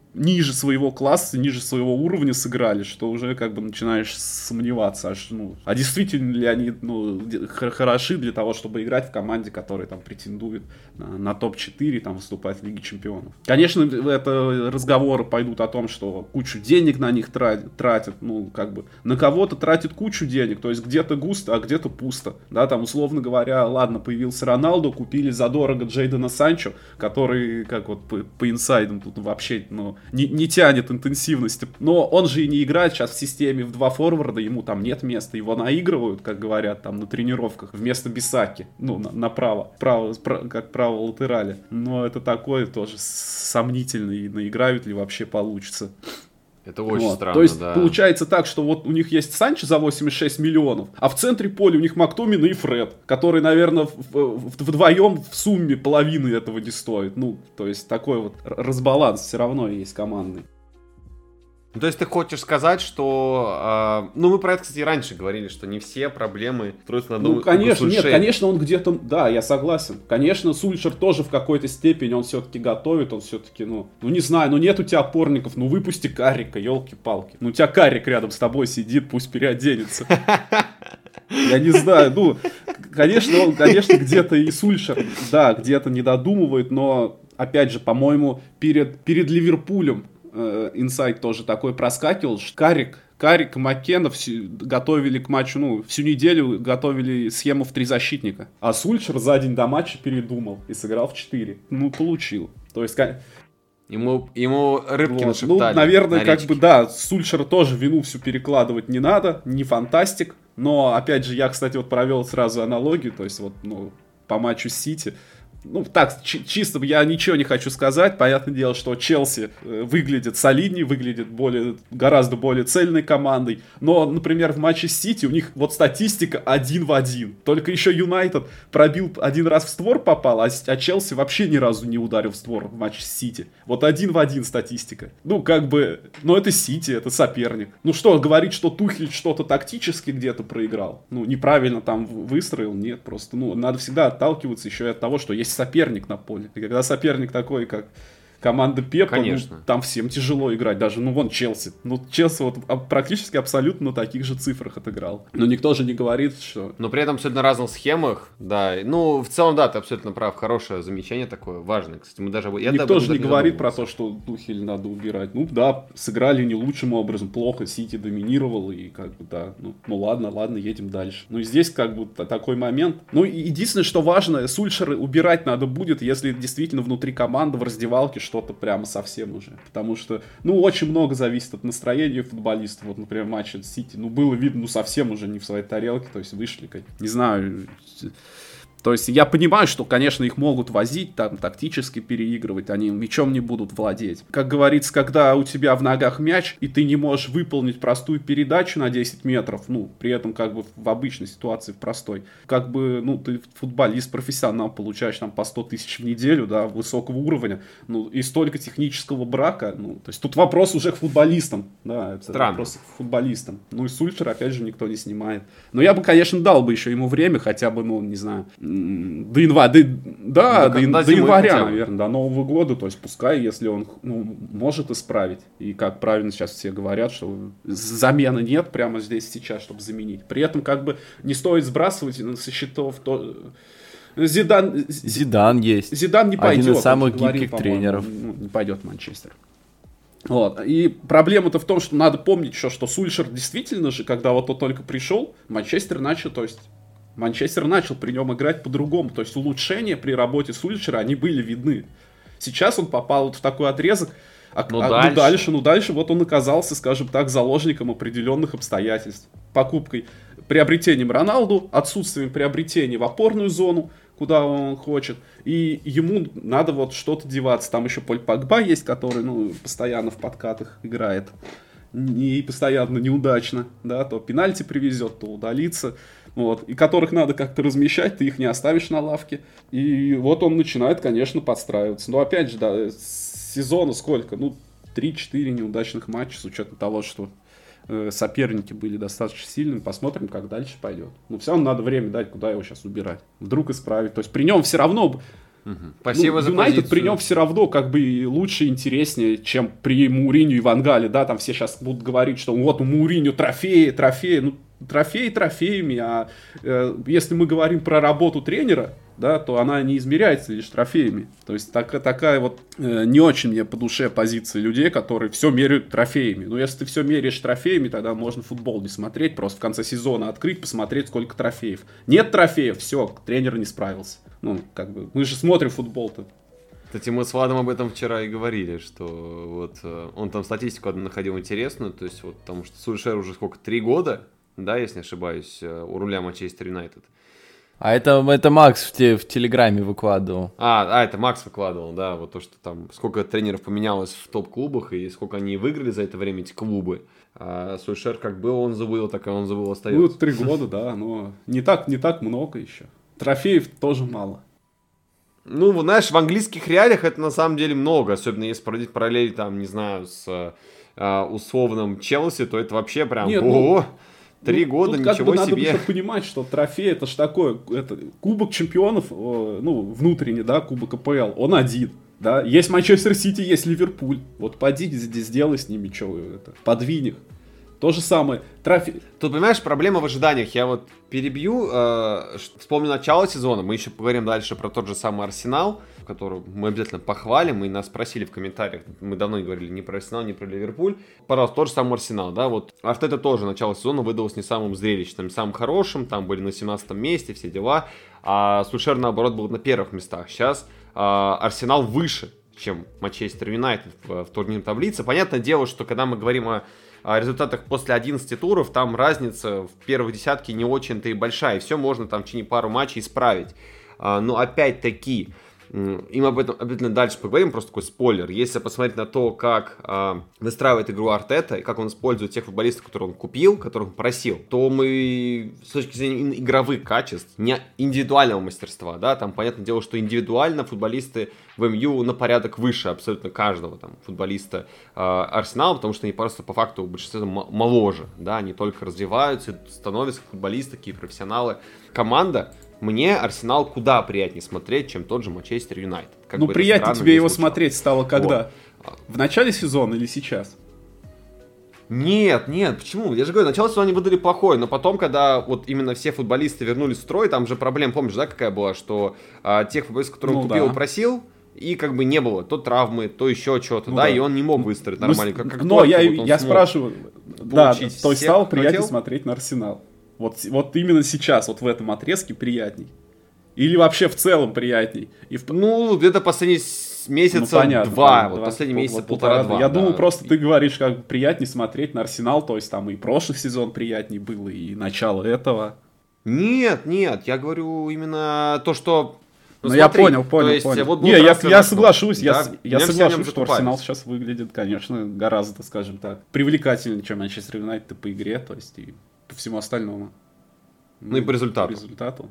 ниже своего класса, ниже своего уровня сыграли, что уже как бы начинаешь сомневаться, аж, ну, а действительно ли они ну, хороши для того, чтобы играть в команде, которая там претендует на, на топ четыре, там выступать в Лиге Чемпионов. Конечно, это разговоры пойдут о том, что кучу денег на них тратят, тратят, ну, как бы, на кого-то тратят кучу денег, то есть где-то густо, а где-то пусто, да, там, условно говоря, ладно, появился Роналду, купили задорого Джейдена Санчо, который, как вот по, по инсайдам тут вообще, ну, Не, не тянет интенсивности. Но он же и не играет сейчас в системе в два форварда, ему там нет места. Его наигрывают, как говорят, там на тренировках, вместо Бисаки. Ну, на, направо, право, право, как право латерали. Но это такое тоже сомнительно, и наиграют ли вообще получится. Это очень вот. Странно, То есть, да. получается так, что вот у них есть Санчо за восемьдесят шесть миллионов, а в центре поля у них Мактомин и Фред, который, наверное, в, в, вдвоем в сумме половины этого не стоит. Ну, то есть, такой вот разбаланс все равно есть командный. Ну, то есть ты хочешь сказать, что... Э, ну, мы про это, кстати, раньше говорили, что не все проблемы строятся на одном... Ну, конечно, нет, конечно, он где-то... Да, я согласен. Конечно, Сульшер тоже в какой-то степени, он все-таки готовит, он все-таки, ну... Ну, не знаю, ну нет у тебя опорников, ну выпусти Каррика, елки-палки. Ну, у тебя Каррик рядом с тобой сидит, пусть переоденется. Я не знаю, ну... Конечно, он, конечно, где-то и Сульшер, да, где-то не додумывает, но, опять же, по-моему, перед, перед Ливерпулем инсайт тоже такой проскакивал, что Каррик, Каррик и Маккена всю, готовили к матчу, ну, всю неделю готовили схему в три защитника. А Сульшер за день до матча передумал и сыграл в четыре. Ну, получил. То есть... Ему, ему рыбки вот. нашептали. Ну, наверное, на как бы, да, Сульшера тоже вину всю перекладывать не надо, не фантастик. Но, опять же, я, кстати, вот провел сразу аналогию, то есть, вот, ну, по матчу с Сити. Ну, так, чи- чисто я ничего не хочу сказать. Понятное дело, что Челси э, выглядит солиднее, выглядит более, гораздо более цельной командой. Но, например, в матче с Сити у них вот статистика один в один. Только еще Юнайтед пробил один раз в створ попал, а, а Челси вообще ни разу не ударил в створ в матче с Сити. Вот один в один статистика. Ну, как бы, ну это Сити, это соперник. Ну что, говорить, что Тухель что-то тактически где-то проиграл? Ну, неправильно там выстроил? Нет, просто, ну, надо всегда отталкиваться еще и от того, что есть соперник на поле. И когда соперник такой, как команда Пепа, ну, там всем тяжело играть. Даже, ну, вон Челси. Ну, Челси вот практически абсолютно на таких же цифрах отыграл. Но никто же не говорит, что... Но при этом абсолютно разных схемах, да. Ну, в целом, да, ты абсолютно прав. Хорошее замечание такое, важное. Кстати, мы даже... Я никто же не говорит про то, что Тухель надо убирать. Ну, да, сыграли не лучшим образом. Плохо, Сити доминировал, и как бы, да, ну, ну ладно, ладно, едем дальше. Ну, и здесь как бы такой момент. Ну, и единственное, что важно, Сульшера убирать надо будет, если действительно внутри команды, в раздевалке, что-то прямо совсем уже. Потому что, ну, очень много зависит от настроения футболистов. Вот, например, матч от Сити, ну, было видно, ну, совсем уже не в своей тарелке, то есть вышли, как, не знаю... То есть я понимаю, что, конечно, их могут возить, там, тактически переигрывать, они мячом не будут владеть. Как говорится, когда у тебя в ногах мяч, и ты не можешь выполнить простую передачу на десять метров, ну, при этом как бы в обычной ситуации, в простой, как бы, ну, ты футболист, профессионал, получаешь там по сто тысяч в неделю, да, высокого уровня, ну, и столько технического брака, ну, то есть тут вопрос уже к футболистам, да, это Странно. Вопрос к футболистам. Ну, и Сульшер, опять же, никто не снимает. Но я бы, конечно, дал бы еще ему время, хотя бы, ну, не знаю, до января, до, да, до, до, до января, наверное, до Нового года, то есть пускай, если он, ну, может исправить, и как правильно сейчас все говорят, что замены нет прямо здесь сейчас, чтобы заменить. При этом как бы не стоит сбрасывать со счетов то... Зидан... Зидан есть. Зидан не пойдет. Один из самых говорил, гибких тренеров. Ну, не пойдет в Манчестер. Вот. И проблема-то в том, что надо помнить еще, что Сульшер действительно же, когда вот он только пришел, Манчестер начал, то есть Манчестер начал при нем играть по-другому. То есть улучшения при работе Сульшера, они были видны. Сейчас он попал вот в такой отрезок. А, ну, а, дальше. ну дальше, ну дальше вот он оказался, скажем так, заложником определенных обстоятельств. Покупкой, приобретением Роналду, отсутствием приобретения в опорную зону, куда он хочет. И ему надо вот что-то деваться. Там еще Поль Погба есть, который, ну, постоянно в подкатах играет. И постоянно неудачно, да, то пенальти привезет, то удалится. Вот, и которых надо как-то размещать, ты их не оставишь на лавке. И вот он начинает, конечно, подстраиваться. Но опять же, да, сезона сколько? Ну, три-четыре неудачных матча, с учетом того, что э, соперники были достаточно сильными. Посмотрим, как дальше пойдет. Но все равно надо время дать, куда его сейчас убирать. Вдруг исправить. То есть при нем все равно Угу. Спасибо ну, за Юнайтед позицию. при нем все равно как бы лучше, интереснее, чем при Мауриньо и Ван Гале, да, там все сейчас будут говорить, что вот у Мауриньо трофеи, трофеи, ну, трофеи трофеями, а э, если мы говорим про работу тренера, да, то она не измеряется лишь трофеями. То есть так, такая вот э, не очень мне по душе позиция людей, которые все меряют трофеями. Но если ты все меряешь трофеями, тогда можно футбол не смотреть, просто в конце сезона открыть, посмотреть, сколько трофеев. Нет трофеев, все, тренер не справился. Ну, как бы, мы же смотрим футбол-то. Кстати, мы с Владом об этом вчера и говорили, что вот э, он там статистику одну находил интересную, то есть вот потому что Сульшер уже сколько, три года, да, если не ошибаюсь, э, у руля Манчестер Юнайтед. А это, это Макс в, те, в Телеграме выкладывал. А, а, это Макс выкладывал, да, вот то, что там сколько тренеров поменялось в топ-клубах и сколько они выиграли за это время, эти клубы. А Сульшер как был, он забыл, так и он забыл остается. Ну, три года, да, но не так, не так много еще. Трофеев тоже мало. Ну, знаешь, в английских реалиях это на самом деле много, особенно если проводить параллели, там, не знаю, с э, условным Челси, то это вообще прям, Нет, ого, ну, три ну, года, тут ничего как бы себе. Надо понимать, что трофей это ж такое, это, Кубок чемпионов, ну, внутренний, да, Кубок АПЛ, он один. Да, есть Манчестер Сити, есть Ливерпуль. Вот поди здесь сделай с ними что, это, подвинь их. То же самое. Трофей. Тут, понимаешь, проблема в ожиданиях. Я вот перебью, э, вспомню начало сезона, мы еще поговорим дальше про тот же самый Арсенал, который мы обязательно похвалим, и нас спросили в комментариях, мы давно не говорили ни про Арсенал, ни про Ливерпуль. Пожалуйста, тот же самый Арсенал, да, вот Артета тоже начало сезона выдалось не самым зрелищным, не самым хорошим, там были на семнадцатом месте, все дела, а Сульшер, наоборот, был на первых местах. Сейчас э, Арсенал выше, чем Манчестер Юнайтед в, в турнирной таблице. Понятное дело, что когда мы говорим о о результатах после одиннадцати туров, там разница в первой десятке не очень-то и большая, и все можно там в течение пару матчей исправить. А, но опять-таки, и мы об этом обязательно дальше поговорим, просто такой спойлер. Если посмотреть на то, как а, выстраивает игру Артета, и как он использует тех футболистов, которые он купил, которых он просил, то мы с точки зрения игровых качеств, не индивидуального мастерства, да, там понятное дело, что индивидуально футболисты в МЮ на порядок выше абсолютно каждого там футболиста э, Арсенала, потому что они просто по факту в большинстве моложе, да, они только развиваются, становятся футболисты, такие профессионалы. Команда, мне Арсенал куда приятнее смотреть, чем тот же Манчестер Юнайтед. Ну, приятнее тебе его смотреть стало когда? Вот. В начале сезона или сейчас? Нет, нет, почему? Я же говорю, начало сезона они выдали плохое, но потом, когда вот именно все футболисты вернулись в строй, там же проблема, помнишь, да, какая была, что а, тех футболистов, которые он ну, купил, да. просил, и как бы не было то травмы, то еще что-то, ну, да, да, и он не мог выстроить нормально. Как, как но я, вот я спрашиваю, да, то есть стало приятнее хотел? смотреть на Арсенал. Вот, вот именно сейчас, вот в этом отрезке приятней. Или вообще в целом приятней. И в... Ну, где-то последний месяца ну, понятно, два, понятно, вот два, последний месяц вот, полтора-два. Я да. думал, просто ты говоришь, как приятнее смотреть на Арсенал, то есть там и прошлый сезон приятнее было, и начало этого. Нет, нет, я говорю именно то, что... Ну, ну я понял, понял, есть, понял. Вот не, я, я соглашусь, да? я, я соглашусь, что Арсенал сейчас выглядит, конечно, гораздо, скажем так, привлекательнее, чем Манчестер Юнайтед по игре, то есть и по всему остальному. Ну, ну и по результату. По результату.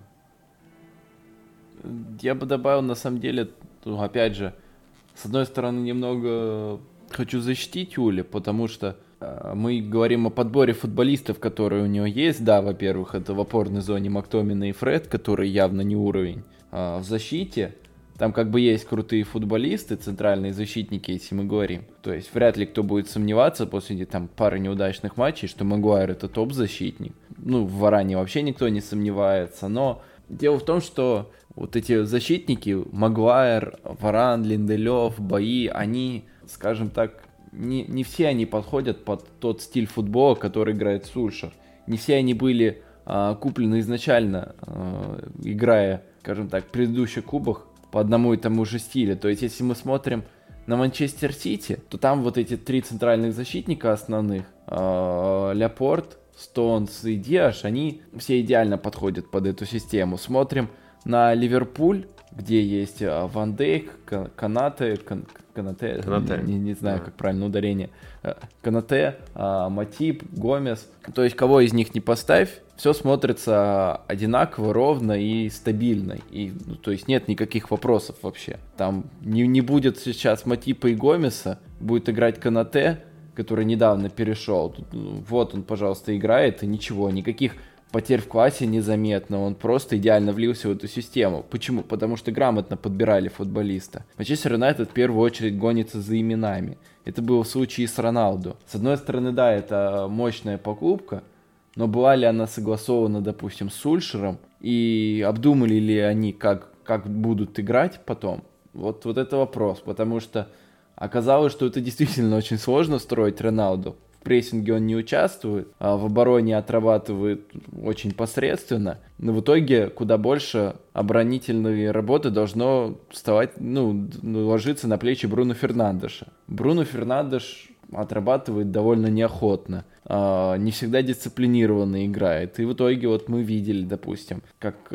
Я бы добавил, на самом деле, ну, опять же, с одной стороны, немного хочу защитить Юли, потому что э, мы говорим о подборе футболистов, которые у него есть. Да, во-первых, это в опорной зоне Мактомина и Фред, которые явно не уровень. А в защите там как бы есть крутые футболисты, центральные защитники, если мы говорим. То есть вряд ли кто будет сомневаться после там пары неудачных матчей, что Магуайр это топ-защитник. Ну, в Варане вообще никто не сомневается, но дело в том, что вот эти защитники, Магуайр, Варан, Линделев, Баи, они, скажем так, не, не все они подходят под тот стиль футбола, который играет Сульшер. Не все они были а, куплены изначально, а, играя, скажем так, в предыдущих кубах по одному и тому же стилю. То есть, если мы смотрим на Манчестер Сити, то там вот эти три центральных защитника основных, а, Ляпорт, Стоунс и Диаш, они все идеально подходят под эту систему. Смотрим на Ливерпуль, где есть Ван Дейк, Канате, Кан, Канате, Канате. Не, не знаю, как правильно ударение, Канате, Матип, Гомес. То есть, кого из них не поставь, все смотрится одинаково, ровно и стабильно. И, ну, то есть, нет никаких вопросов вообще. Там не, не будет сейчас Матипа и Гомеса, будет играть Канате, который недавно перешел. Вот он, пожалуйста, играет, и ничего, никаких потерь в классе незаметно, он просто идеально влился в эту систему. Почему? Потому что грамотно подбирали футболиста. Манчестер Юнайтед в первую очередь гонится за именами. Это было в случае с Роналду. С одной стороны, да, это мощная покупка, но была ли она согласована, допустим, с Сульшером, и обдумали ли они, как, как будут играть потом? Вот, вот это вопрос, потому что оказалось, что это действительно очень сложно строить Роналду. В прессинге он не участвует, а в обороне отрабатывает очень посредственно. Но в итоге куда больше оборонительной работы должно вставать, ну, ложиться на плечи Бруно Фернандеша. Бруно Фернандеш отрабатывает довольно неохотно, э, не всегда дисциплинированно играет. И в итоге вот мы видели, допустим, как э,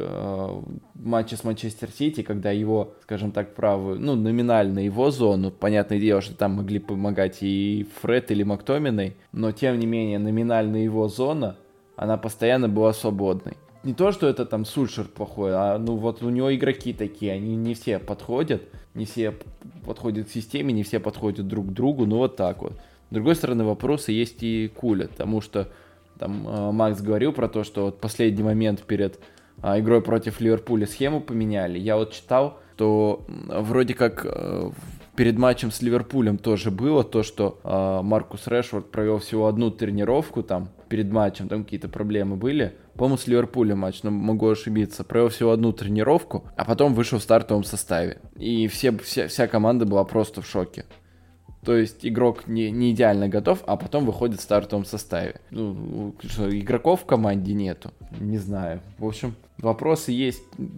в матче с Манчестер Сити, когда его, скажем так, правую, ну, номинально его зону, понятное дело, что там могли помогать и Фред или Мактоминой, но тем не менее номинально его зона, она постоянно была свободной. Не то, что это там Сульшер плохой, а ну вот у него игроки такие, они не все подходят, не все подходят к системе, не все подходят друг к другу, ну вот так вот. С другой стороны, вопросы есть и Куля, потому что там э, Макс говорил про то, что вот последний момент перед э, игрой против Ливерпуля схему поменяли. Я вот читал, что э, вроде как э, перед матчем с Ливерпулем тоже было то, что э, Маркус Решфорд провел всего одну тренировку там перед матчем, там какие-то проблемы были. По-моему, с Ливерпулем матч, но могу ошибиться. Провел всего одну тренировку, а потом вышел в стартовом составе. И все, вся, вся команда была просто в шоке. То есть игрок не, не идеально готов, а потом выходит в стартовом составе. Ну, что, игроков в команде нету? Не знаю. В общем, вопросы есть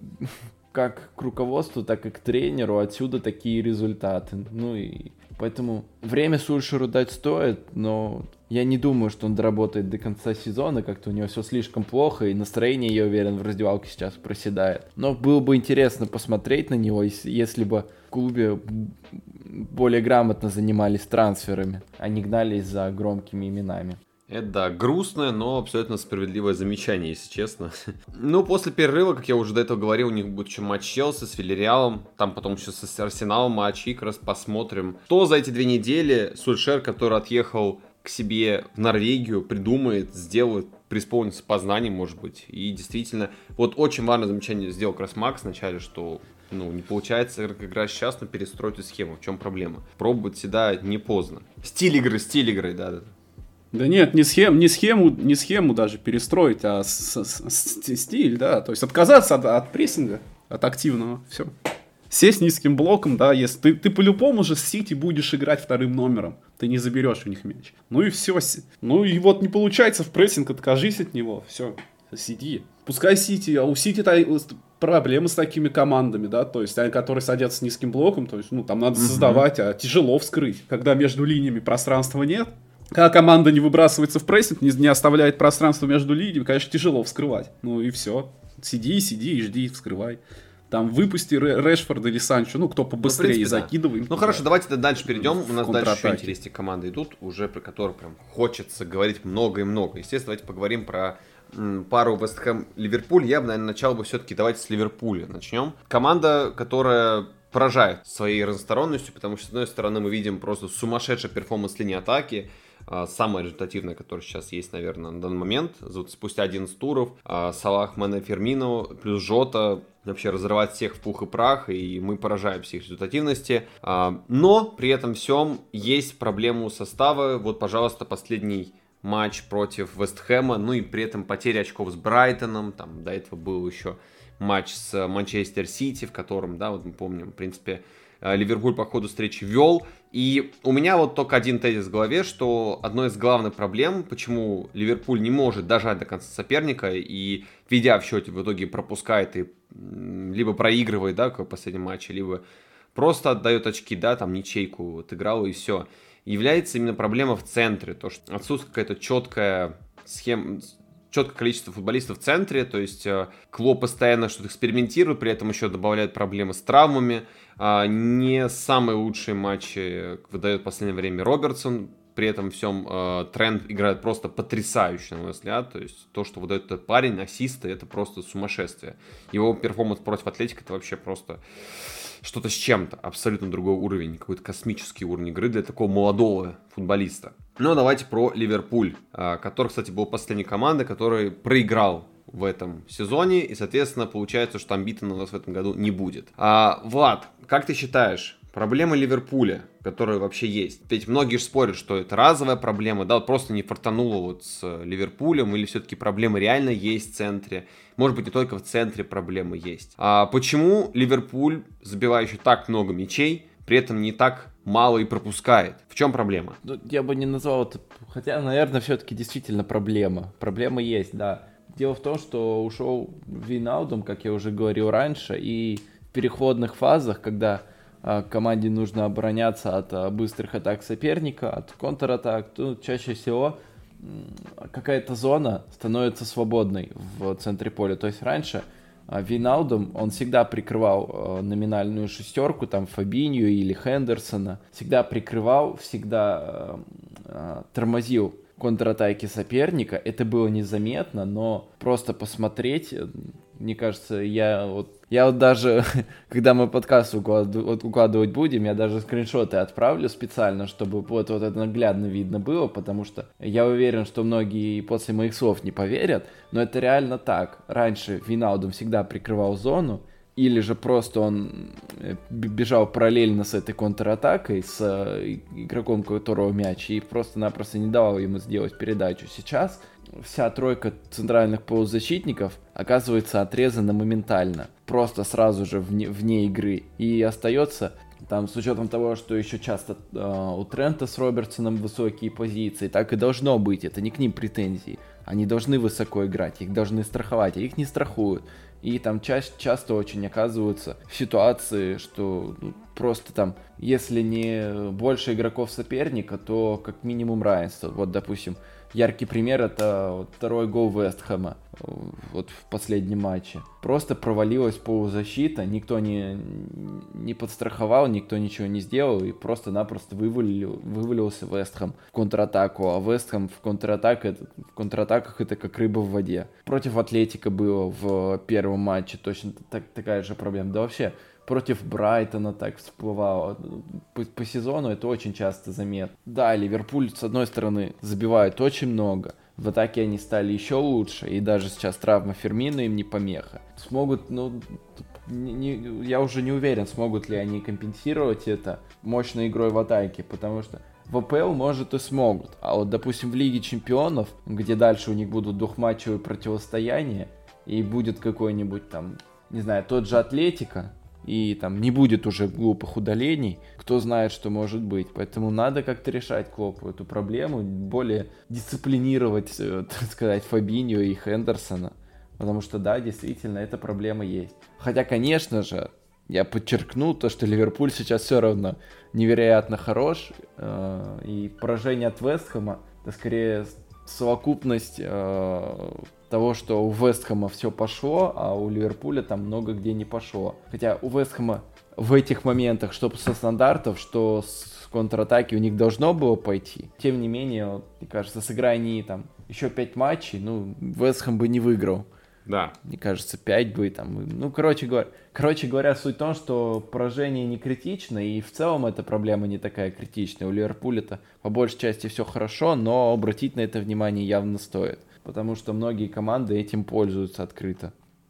как к руководству, так и к тренеру. Отсюда такие результаты. Ну и поэтому время Сульшеру дать стоит, но я не думаю, что он доработает до конца сезона. Как-то у него все слишком плохо, и настроение, я уверен, в раздевалке сейчас проседает. Но было бы интересно посмотреть на него, если бы в клубе более грамотно занимались трансферами, а не гнались за громкими именами. Это, да, грустное, но абсолютно справедливое замечание, если честно. Ну, после перерыва, как я уже до этого говорил, у них будет еще матч Челси с Вильярреалом, там потом еще с Арсеналом матч, и как раз посмотрим, что за эти две недели Сульшер, который отъехал к себе в Норвегию, придумает, сделает, преисполнится познанием, может быть. И действительно, вот очень важное замечание сделал как раз Макс вначале, что ну, не получается как играть сейчас, но перестроить эту схему. В чем проблема? Пробовать всегда не поздно. Стиль игры, стиль игры, да-да. Да нет, не, схем, не, схему, не схему даже перестроить, а с, с, с, стиль, да. То есть отказаться от, от прессинга, от активного, все. Сесть низким блоком, да, если ты, ты по-любому же с Сити будешь играть вторым номером. Ты не заберешь у них мяч. Ну и все. Ну и вот не получается в прессинг, откажись от него. Все, сиди. Пускай Сити, а у Сити проблемы с такими командами, да, то есть, которые садятся с низким блоком, то есть, ну, там надо создавать, а тяжело вскрыть, когда между линиями пространства нет. Когда команда не выбрасывается в прессинг, не, не оставляет пространство между линиями, конечно, тяжело вскрывать. Ну и все. Сиди, сиди и жди, вскрывай. Там выпусти Решфорда или Санчо, ну кто побыстрее, ну, принципе, закидываем. Да. Ну хорошо, давайте дальше перейдем. У нас дальше еще интереснее команды идут, уже про которые прям хочется говорить много и много. Естественно, давайте поговорим про м, пару Вест Хэм-Ливерпуль. Я бы, наверное, начал бы все-таки давайте с Ливерпуля начнем. Команда, которая поражает своей разносторонностью, потому что, с одной стороны, мы видим просто сумасшедший перформанс линии атаки, самая результативная, которая сейчас есть, наверное, на данный момент. Спустя одиннадцать туров Салах, Мане, Фермино, плюс Жота вообще разрывает всех в пух и прах, и мы поражаемся их результативности. Но при этом всем есть проблему состава. Вот, пожалуйста, последний матч против Вест Хэма, ну и при этом потеря очков с Брайтоном. Там до этого был еще матч с Манчестер Сити, в котором, да, вот мы помним, в принципе, Ливерпуль по ходу встречи вел. И у меня вот только один тезис в голове, что одной из главных проблем, почему Ливерпуль не может дожать до конца соперника и, ведя в счете, в итоге пропускает и либо проигрывает, да, как в последнем матче, либо просто отдает очки, да, там ничейку отыграл и все, является именно проблема в центре. То, что отсутствует какая-то четкая схема, четкое количество футболистов в центре, то есть Клоп постоянно что-то экспериментирует, при этом еще добавляет проблемы с травмами. Не самые лучшие матчи выдает в последнее время Робертсон, при этом всем Трент играет просто потрясающе, на мой взгляд, то есть то, что выдает этот парень, ассисты, это просто сумасшествие. Его перформанс против Атлетико, это вообще просто что-то с чем-то, абсолютно другой уровень, какой-то космический уровень игры для такого молодого футболиста. Но давайте про Ливерпуль, который, кстати, был последней командой, который проиграл в этом сезоне, и, соответственно, получается, что амбитана у нас в этом году не будет. А, Влад, как ты считаешь, проблема Ливерпуля, которая вообще есть? Ведь многие же спорят, что это разовая проблема, да, вот просто не фартануло вот с Ливерпулем, или все-таки проблема реально есть в центре? Может быть, не только в центре проблемы есть. А почему Ливерпуль, забивающий так много мячей, при этом не так мало и пропускает? В чем проблема? Ну, я бы не назвал это, хотя, наверное, все-таки действительно проблема. Проблема есть, да. Дело в том, что ушел Вейналдум, как я уже говорил раньше, и в переходных фазах, когда а, команде нужно обороняться от а, быстрых атак соперника, от контратак, то чаще всего м, какая-то зона становится свободной в центре поля. То есть раньше а, Вейналдум, он всегда прикрывал а, номинальную шестерку, там Фабинью или Хендерсона, всегда прикрывал, всегда а, а, тормозил контратаки соперника. Это было незаметно, но просто посмотреть, мне кажется, я вот, я вот даже, когда мы подкаст укладывать, укладывать будем, я даже скриншоты отправлю специально, чтобы вот, вот это наглядно видно было, потому что я уверен, что многие после моих слов не поверят, но это реально так. Раньше Вейналдум всегда прикрывал зону, или же просто он бежал параллельно с этой контратакой, с игроком, у которого мяч, и просто-напросто не давал ему сделать передачу. Сейчас вся тройка центральных полузащитников оказывается отрезана моментально, просто сразу же вне, вне игры. И остается, там, с учетом того, что еще часто э, у Трента с Робертсоном высокие позиции, так и должно быть, это не к ним претензии. Они должны высоко играть, их должны страховать, а их не страхуют. И там ча- часто очень оказываются ситуации, что ну, просто там, если не больше игроков соперника, то как минимум равенство. Вот, допустим, яркий пример — это вот второй гол Вест Хэма вот в последнем матче. Просто провалилась полузащита, никто не, не подстраховал, никто ничего не сделал, и просто-напросто вывалил, вывалился Вест Хэм в контратаку. А Вест Хэм в, контратак, в контратаках это как рыба в воде. Против Атлетико было в первом матче точно так, такая же проблема. Да вообще, против Брайтона так всплывало. По, по сезону это очень часто заметно. Да, Ливерпуль, с одной стороны, забивает очень много. В атаке они стали еще лучше. И даже сейчас травма Фермино им не помеха. Смогут, ну, не, не, я уже не уверен, смогут ли они компенсировать это мощной игрой в атаке. Потому что в АПЛ, может, и смогут. А вот, допустим, в Лиге Чемпионов, где дальше у них будут двухматчевые противостояния, и будет какой-нибудь там, не знаю, тот же Атлетико, и там не будет уже глупых удалений, кто знает, что может быть. Поэтому надо как-то решать Клопу эту проблему, более дисциплинировать, так сказать, Фабиньо и Хендерсона. Потому что, да, действительно, эта проблема есть. Хотя, конечно же, я подчеркну то, что Ливерпуль сейчас все равно невероятно хорош, э, и поражение от Вест Хэма — это скорее совокупность э, того, что у Вест Хэма все пошло, а у Ливерпуля там много где не пошло. Хотя у Вест Хэма в этих моментах, что со стандартов, что с контратаки у них должно было пойти. Тем не менее, вот, мне кажется, сыграя они там еще пять матчей, ну, Вест Хэм бы не выиграл. Да. Мне кажется, пять бы там. Ну, короче говоря, короче говоря, суть в том, что поражение не критично, и в целом эта проблема не такая критичная. У Ливерпуля-то по большей части все хорошо, но обратить на это внимание явно стоит. Потому что многие команды этим пользуются открыто.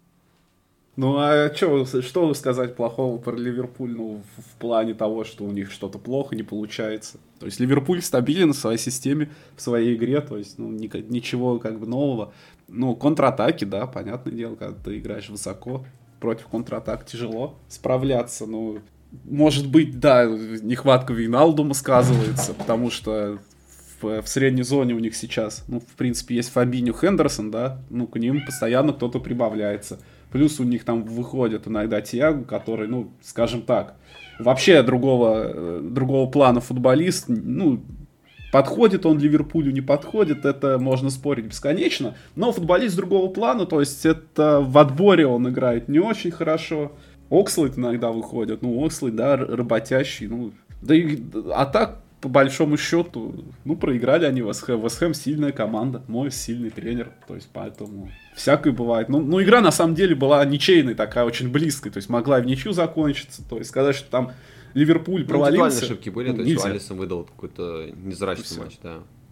Ну, а чё, что сказать плохого про Ливерпуль, ну, в, в плане того, что у них что-то плохо не получается? То есть Ливерпуль стабилен в своей системе, в своей игре, то есть, ну, ни, ничего как бы нового. Ну, контратаки, да, понятное дело, когда ты играешь высоко, против контратак тяжело справляться, ну, может быть, да, нехватка Вейналдума сказывается, потому что в, в средней зоне у них сейчас, ну, в принципе, есть Фабиньо, Хендерсон, да, ну, к ним постоянно кто-то прибавляется. Плюс у них там выходит иногда Тиаго, который, ну, скажем так, вообще другого, другого плана футболист, ну, подходит он Ливерпулю, не подходит, это можно спорить бесконечно, но футболист другого плана, то есть это в отборе он играет не очень хорошо. Окслейд иногда выходит, ну, Окслейд, да, работящий, ну, да и, а так, по большому счету, ну, проиграли они Вест Хэм. Вест Хэм сильная команда, мой сильный тренер, то есть поэтому всякое бывает. Ну, ну, игра на самом деле была ничейной, такая очень близкой, то есть могла и в ничью закончиться, то есть сказать, что там Ливерпуль провалился. Ошибки были, ну, то есть нельзя. Алисон выдал какой-то незрачный матч, да.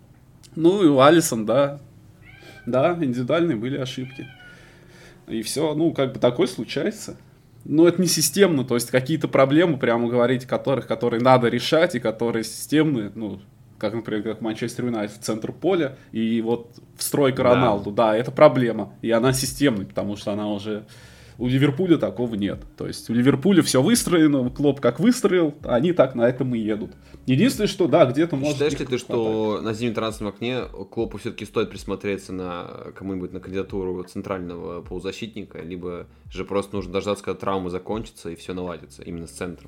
Ну и у Алисон, да. Да, индивидуальные были ошибки. И все, ну, как бы такое случается. Но это не системно, то есть какие-то проблемы, прямо говорить, которых, которые надо решать, и которые системные, ну, как, например, как Манчестер Юнайтед в центр поля, и вот встройка Да. Роналду, да, это проблема, и она системная, потому что она уже... У Ливерпуля такого нет. То есть у Ливерпуля все выстроено, Клоп как выстроил, они так на этом и едут. Единственное, что да, где-то может... Считаешь ли ты, что на зимнем трансферном окне Клопу все-таки стоит присмотреться на кому-нибудь на кандидатуру центрального полузащитника, либо же просто нужно дождаться, когда травма закончится и все наладится именно с центром?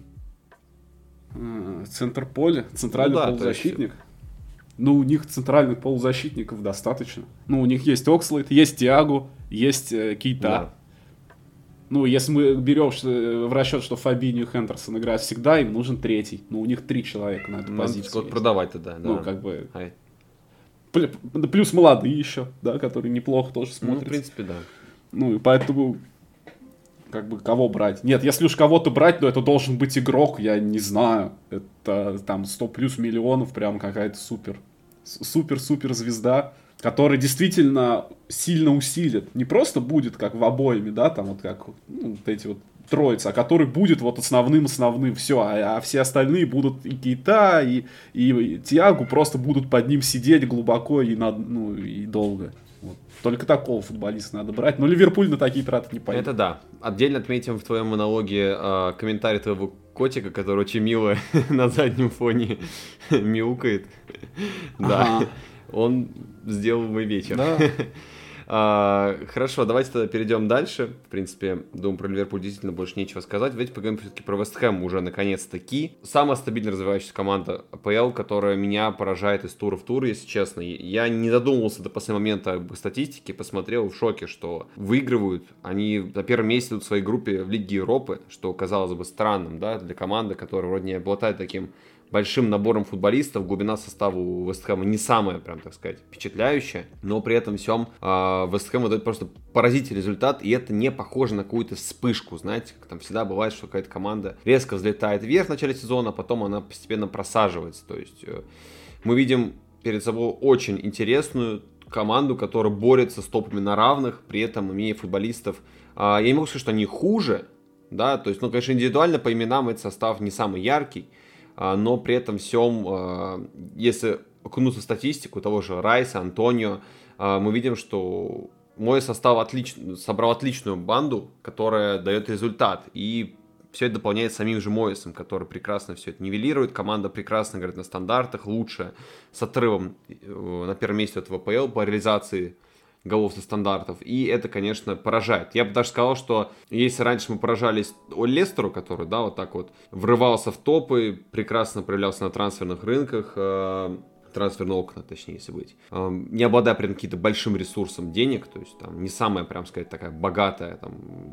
Центр поля, центральный Ну да, полузащитник. Ну, у них центральных полузащитников достаточно. Ну, у них есть Окслейд, есть Тиаго, есть э, Кейта. Да. Ну, если мы берем что, в расчет, что Фабиньо и Хендерсон играют всегда, им нужен третий. Ну, у них три человека на эту Надо позицию. вот есть. продавать тогда, да. Ну, как бы... Ай. Пл- Плюс молодые еще, да, которые неплохо тоже Ну, смотрятся. в принципе, да. Ну, и поэтому... Как бы, кого брать? Нет, если уж кого-то брать, то это должен быть игрок, я не знаю. Это там сто плюс миллионов, прям какая-то супер. Супер-супер звезда, которая действительно сильно усилит. Не просто будет, как в обоими, да, там вот как ну, вот эти вот троицы, а который будет вот основным-основным, все, а, а все остальные будут и Кейта, и, и Тиагу просто будут под ним сидеть глубоко и, над, ну, и долго. Вот. Только такого футболиста надо брать. Но Ливерпуль на такие траты не пойдет. Это да. Отдельно отметим в твоем монологе э, комментарий твоего котика, который очень мило на заднем фоне мяукает. Да. Он сделал мой вечер. Да. А, хорошо, давайте тогда перейдем дальше. В принципе, думаю, про Ливерпуль действительно больше нечего сказать. Давайте поговорим все-таки про Вест Хэм уже наконец-таки. Самая стабильно развивающаяся команда АПЛ, которая меня поражает из тура в тур, если честно. Я не задумывался до последнего момента об статистике, посмотрел в шоке, что выигрывают. Они на первом месте идут в своей группе в Лиге Европы, что казалось бы странным, да, для команды, которая вроде не обладает таким большим набором футболистов. Глубина состава у Вест Хэма не самая, прям так сказать, впечатляющая, но при этом всем э, Вест Хэм дает просто поразительный результат, и это не похоже на какую-то вспышку, знаете, как там всегда бывает, что какая-то команда резко взлетает вверх в начале сезона, а потом она постепенно просаживается. То есть э, мы видим перед собой очень интересную команду, которая борется с топами на равных, при этом имея футболистов. Э, я не могу сказать, что они хуже, да, то есть, ну, конечно, индивидуально по именам этот состав не самый яркий, но при этом всем, если окунуться в статистику того же Райса, Антонио, мы видим, что мой состав отлич... собрал отличную банду, которая дает результат. И все это дополняет самим же Моисом, который прекрасно все это нивелирует. Команда прекрасно играет на стандартах, лучше, с отрывом на первом месте от ВПЛ по реализации голов со стандартов, и это, конечно, поражает. Я бы даже сказал, что если раньше мы поражались Лестеру, который, да, вот так вот врывался в топы, прекрасно проявлялся на трансферных рынках, э, трансферные окна, точнее, если быть, э, не обладая прям каким-то большим ресурсом денег, то есть там не самая, прям сказать, такая богатая, там,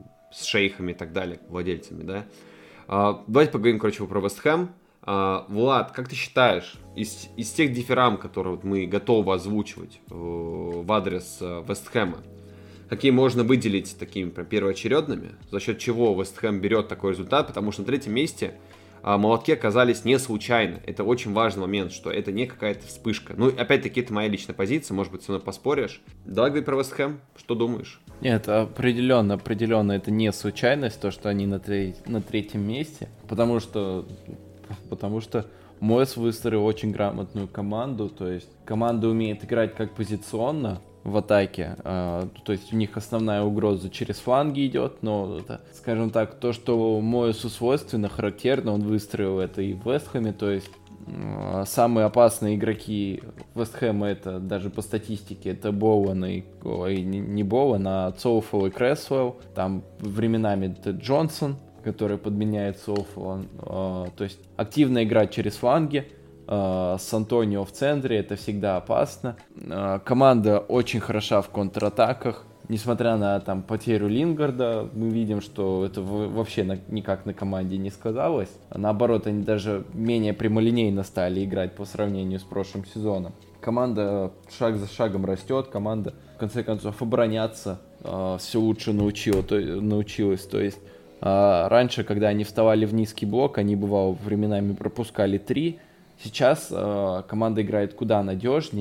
с шейхами и так далее, владельцами, да. Э, давайте поговорим, короче, про Вест Хэм. Uh, Влад, как ты считаешь, из, из тех дифферам, которые вот мы готовы озвучивать uh, в адрес uh, Вест Хэма, какие можно выделить такими прям первоочередными, за счет чего Вест Хэм берет такой результат, потому что на третьем месте uh, молотки оказались не случайно. Это очень важный момент, что это не какая-то вспышка. Ну, опять-таки, это моя личная позиция, может быть, со мной поспоришь. Давай говори про Вест Хэм, что думаешь? Нет, определенно, определенно, это не случайность, то, что они на, тре- на третьем месте, потому что... Потому что Мойс выстроил очень грамотную команду, то есть команда умеет играть как позиционно в атаке, э, то есть у них основная угроза через фланги идет, но, это, скажем так, то, что Мойсу свойственно, характерно, он выстроил это и в Вест Хэме, то есть э, самые опасные игроки Вест Хэма, это даже по статистике, это Боуэн и, ой, не, не Боуэн, а Цоуфел и Крэсвелл, там временами это Джонсон, который подменяет Соуфла. Э, то есть активно играть через фланги, э, с Антонио в центре, это всегда опасно. Э, команда очень хороша в контратаках. Несмотря на там потерю Лингарда, мы видим, что это в- вообще на, никак на команде не сказалось. Наоборот, они даже менее прямолинейно стали играть по сравнению с прошлым сезоном. Команда шаг за шагом растет, команда в конце концов обороняться э, все лучше научила, то, научилась. То есть Uh, раньше, когда они вставали в низкий блок, они, бывало, временами пропускали три. Сейчас uh, команда играет куда надежнее,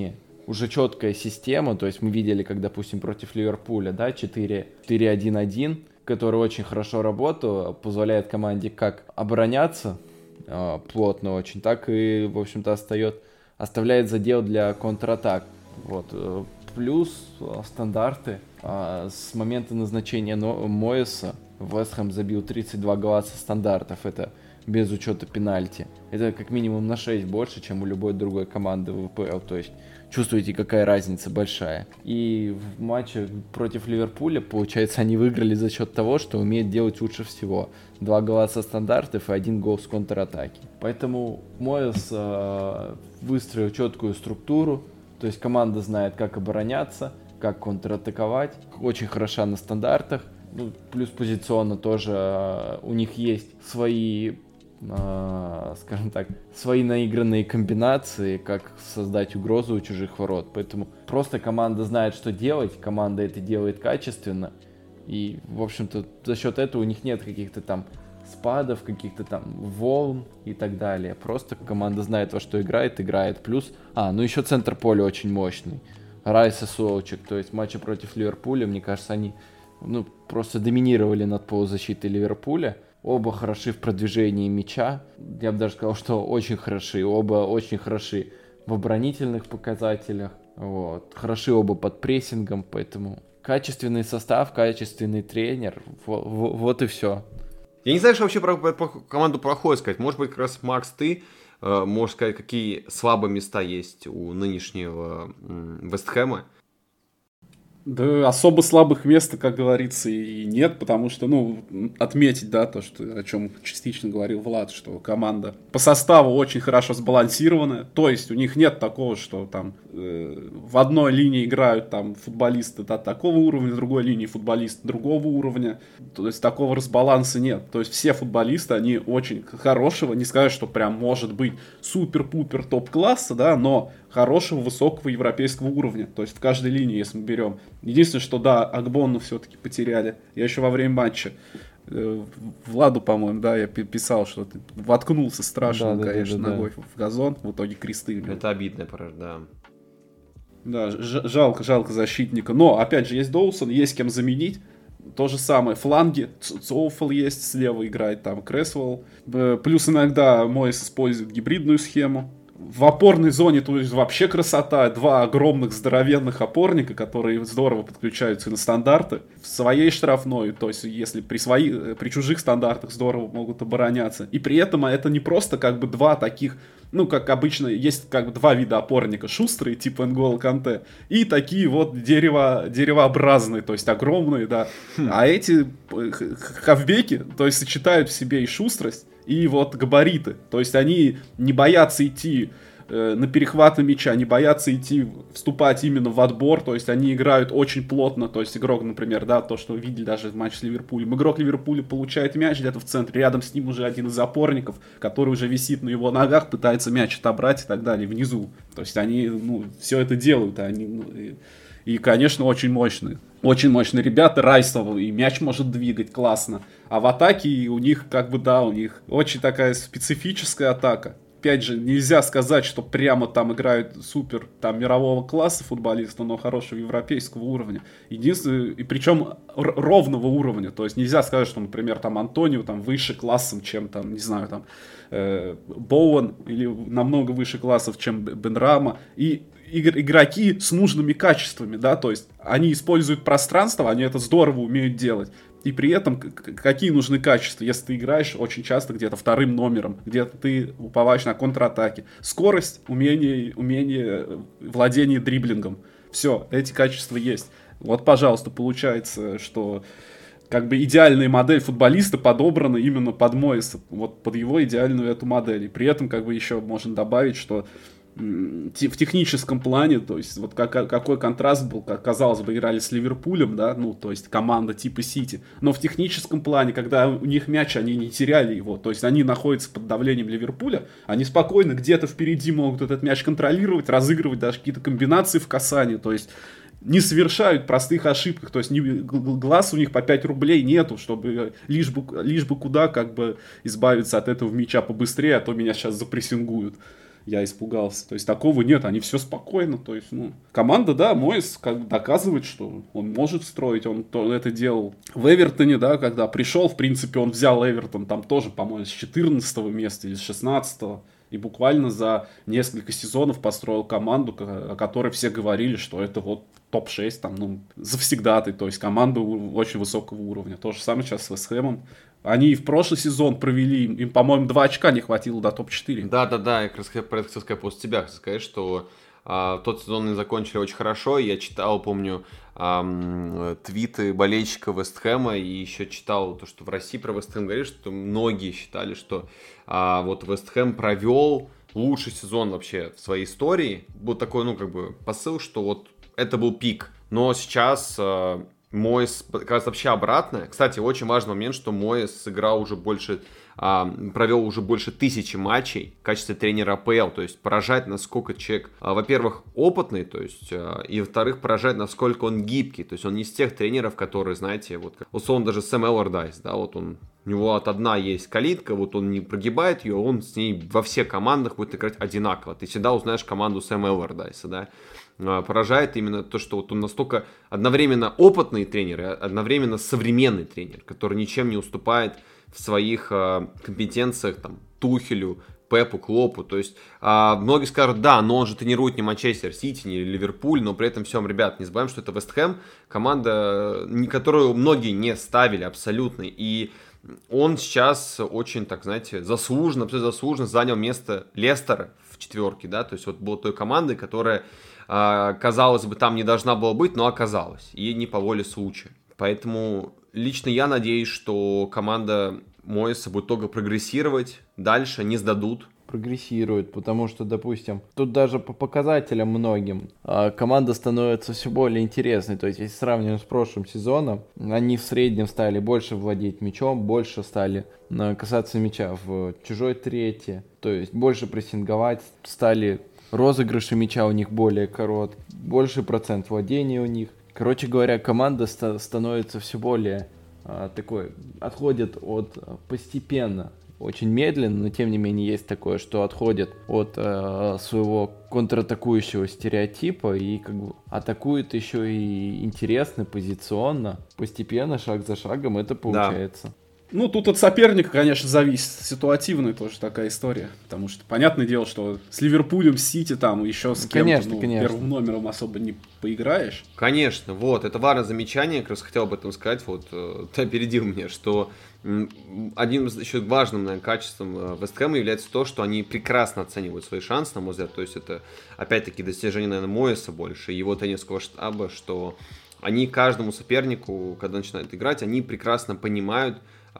уже четкая система, то есть мы видели, как, допустим, против Ливерпуля, да, четыре один один, который очень хорошо работал, позволяет команде как обороняться э, плотно очень, так и, в общем-то, остает, оставляет задел для контратак. Вот. Плюс стандарты. А, с момента назначения Моэса Вест Хэм забил тридцать два гола со стандартов. Это без учета пенальти. Это как минимум на шесть больше, чем у любой другой команды в ВПЛ. То есть чувствуете, какая разница большая. И в матче против Ливерпуля, получается, они выиграли за счет того, что умеют делать лучше всего. Два гола со стандартов и один гол с контратаки. Поэтому Моэс э, выстроил четкую структуру. То есть команда знает, как обороняться, как контратаковать. Очень хороша на стандартах. Ну, плюс позиционно тоже э, у них есть свои, э, скажем так, свои наигранные комбинации, как создать угрозу у чужих ворот. Поэтому просто команда знает, что делать, команда это делает качественно. И, в общем-то, за счет этого у них нет каких-то там спадов, каких-то там волн и так далее. Просто команда знает, во что играет, играет. Плюс, а, ну еще центр поля очень мощный. Райс и Суолчек, то есть в матче против Ливерпуля, мне кажется, они ну, просто доминировали над полузащитой Ливерпуля. Оба хороши в продвижении мяча. Я бы даже сказал, что очень хороши. Оба очень хороши в оборонительных показателях. Вот. Хороши оба под прессингом, поэтому качественный состав, качественный тренер. Вот, вот и все. Я не знаю, что вообще про, про команду проходит сказать. Может быть, как раз, Макс, ты э, можешь сказать, какие слабые места есть у нынешнего э, Вест Хэма? Да, особо слабых мест, как говорится, и нет, потому что, ну, отметить, да, то, что, о чем частично говорил Влад, что команда по составу очень хорошо сбалансированная, то есть у них нет такого, что там э, в одной линии играют там футболисты да, такого уровня, в другой линии футболисты другого уровня, то есть такого разбаланса нет, то есть все футболисты, они очень хорошего, не сказать, что прям может быть супер-пупер топ-класса, да, но хорошего, высокого европейского уровня. То есть в каждой линии, если мы берем. Единственное, что да, Агбону все-таки потеряли. Я еще во время матча э, Владу, по-моему, да, я писал, что ты воткнулся страшно, да, конечно, да, да, ногой да. в газон. В итоге кресты. Это обидно, да. Да, ж- жалко, жалко защитника. Но, опять же, есть Доусон, есть кем заменить. То же самое, фланги, Цоуфл есть, слева играет там Кресвелл. Плюс иногда Моэс использует гибридную схему. В опорной зоне, то есть вообще красота. Два огромных здоровенных опорника, которые здорово подключаются на стандарты. В своей штрафной, то есть если при, свои, при чужих стандартах здорово могут обороняться. И при этом это не просто как бы два таких, ну как обычно есть как бы два вида опорника. Шустрые, типа N'Golo Канте. И такие вот дерево, деревообразные, то есть огромные, да. А эти хавбеки, то есть сочетают в себе и шустрость, и вот габариты. То есть они не боятся идти э, на перехваты мяча, не боятся идти, вступать именно в отбор. То есть они играют очень плотно. То есть игрок, например, да, то, что вы видели даже в матче с Ливерпулем. Игрок Ливерпуля получает мяч где-то в центре. Рядом с ним уже один из опорников, который уже висит на его ногах, пытается мяч отобрать и так далее внизу. То есть они, ну, все это делают. Они, ну, и, и, конечно, очень мощные. Очень мощные ребята, Райсов и мяч может двигать классно. А в атаке у них, как бы, да, у них очень такая специфическая атака. Опять же, нельзя сказать, что прямо там играют супер там мирового класса футболисты, но хорошего европейского уровня. Единственное, и причем р- ровного уровня. То есть нельзя сказать, что, например, там Антонио там выше классом, чем там, не знаю, там э, Боуэн, или намного выше классов, чем Бенрама. И игроки с нужными качествами, да, то есть они используют пространство, они это здорово умеют делать. И при этом какие нужны качества, если ты играешь очень часто где-то вторым номером, где-то ты уповаешь на контратаке. Скорость, умение, умение владение дриблингом. Все, эти качества есть. Вот, пожалуйста, получается, что как бы идеальная модель футболиста подобрана именно под Моэса, вот под его идеальную эту модель. И при этом как бы еще можно добавить, что в техническом плане, то есть вот как, какой контраст был, как казалось бы, играли с Ливерпулем, да, ну, то есть команда типа Сити, но в техническом плане, когда у них мяч, они не теряли его, то есть они находятся под давлением Ливерпуля, они спокойно где-то впереди могут этот мяч контролировать, разыгрывать даже какие-то комбинации в касании, то есть не совершают простых ошибок, то есть не, глаз у них по пять рублей нету, чтобы лишь бы, лишь бы куда как бы избавиться от этого мяча побыстрее, а то меня сейчас запрессингуют. я испугался. То есть такого нет, они все спокойно. То есть, ну, команда, да, Моэс как доказывает, что он может строить, он то, это делал в Эвертоне, да, когда пришел, в принципе, он взял Эвертон там тоже, по-моему, с четырнадцатого места или с шестнадцатого. И буквально за несколько сезонов построил команду, о которой все говорили, что это вот топ шесть, там, ну, завсегдатый, то есть команда очень высокого уровня. То же самое сейчас с Вест Хэмом. Они и в прошлый сезон провели, им, по-моему, два очка не хватило до топ четыре. Да-да-да, я как раз про это хотел сказать после тебя, хотел сказать, что а, тот сезон они закончили очень хорошо. Я читал, помню, а, твиты болельщиков Вест Хэма, и еще читал то, что в России про Вест Хэм говорили, что многие считали, что а, вот Вест Хэм провел лучший сезон вообще в своей истории. Был такой, ну, как бы посыл, что вот это был пик. Но сейчас а, Моэс как раз вообще обратно. Кстати, очень важный момент, что Моэс сыграл уже больше, а, провел уже больше тысячи матчей в качестве тренера АПЛ. То есть поражает, насколько человек, а, во-первых, опытный, то есть, а, и во-вторых, поражает, насколько он гибкий. То есть он не из тех тренеров, которые, знаете, вот, условно, даже Сэм Эллардайс, да, вот он, у него от одна есть калитка, вот он не прогибает ее, он с ней во всех командах будет играть одинаково. Ты всегда узнаешь команду Сэма Эллардайса, да. Поражает именно то, что вот он настолько одновременно опытный тренер и одновременно современный тренер, который ничем не уступает в своих э, компетенциях там, Тухелю, Пепу, Клопу. То есть э, многие скажут, да, но он же тренирует не Манчестер Сити, не Ливерпуль, но при этом всем, ребят, не забываем, что это Вест Хэм, команда, которую многие не ставили абсолютно. И он сейчас очень, так знаете, заслуженно, абсолютно заслуженно занял место Лестера в четверке, да, то есть вот был той командой, которая, казалось бы, там не должна была быть, но оказалась, и не по воле случая. Поэтому лично я надеюсь, что команда Моэса будет только прогрессировать, дальше не сдадут. Прогрессирует, потому что, допустим, тут даже по показателям многим а, команда становится все более интересной. То есть, если сравниваем с прошлым сезоном, они в среднем стали больше владеть мячом, больше стали а, касаться мяча в чужой трети, то есть больше прессинговать, стали розыгрыши мяча у них более короткие, больше процент владения у них. Короче говоря, команда ста- становится все более а, такой, отходит от постепенно, очень медленно, но тем не менее есть такое, что отходит от э, своего контратакующего стереотипа и как бы атакует еще и интересно, позиционно, постепенно, шаг за шагом это получается. Да. Ну, тут от соперника, конечно, зависит. Ситуативная тоже такая история. Потому что, понятное дело, что с Ливерпулем, с Сити, там, еще с кем-то, конечно, ну, конечно. первым номером особо не поиграешь. Конечно, вот, это важное замечание, как раз хотел об этом сказать, вот, ты опередил меня, что одним из еще важным, наверное, качеством Вест Хэма является то, что они прекрасно оценивают свои шансы, на мой взгляд, то есть это, опять-таки, достижение, наверное, Моэса больше, его тренерского штаба, что они каждому сопернику, когда начинают играть, они прекрасно понимают,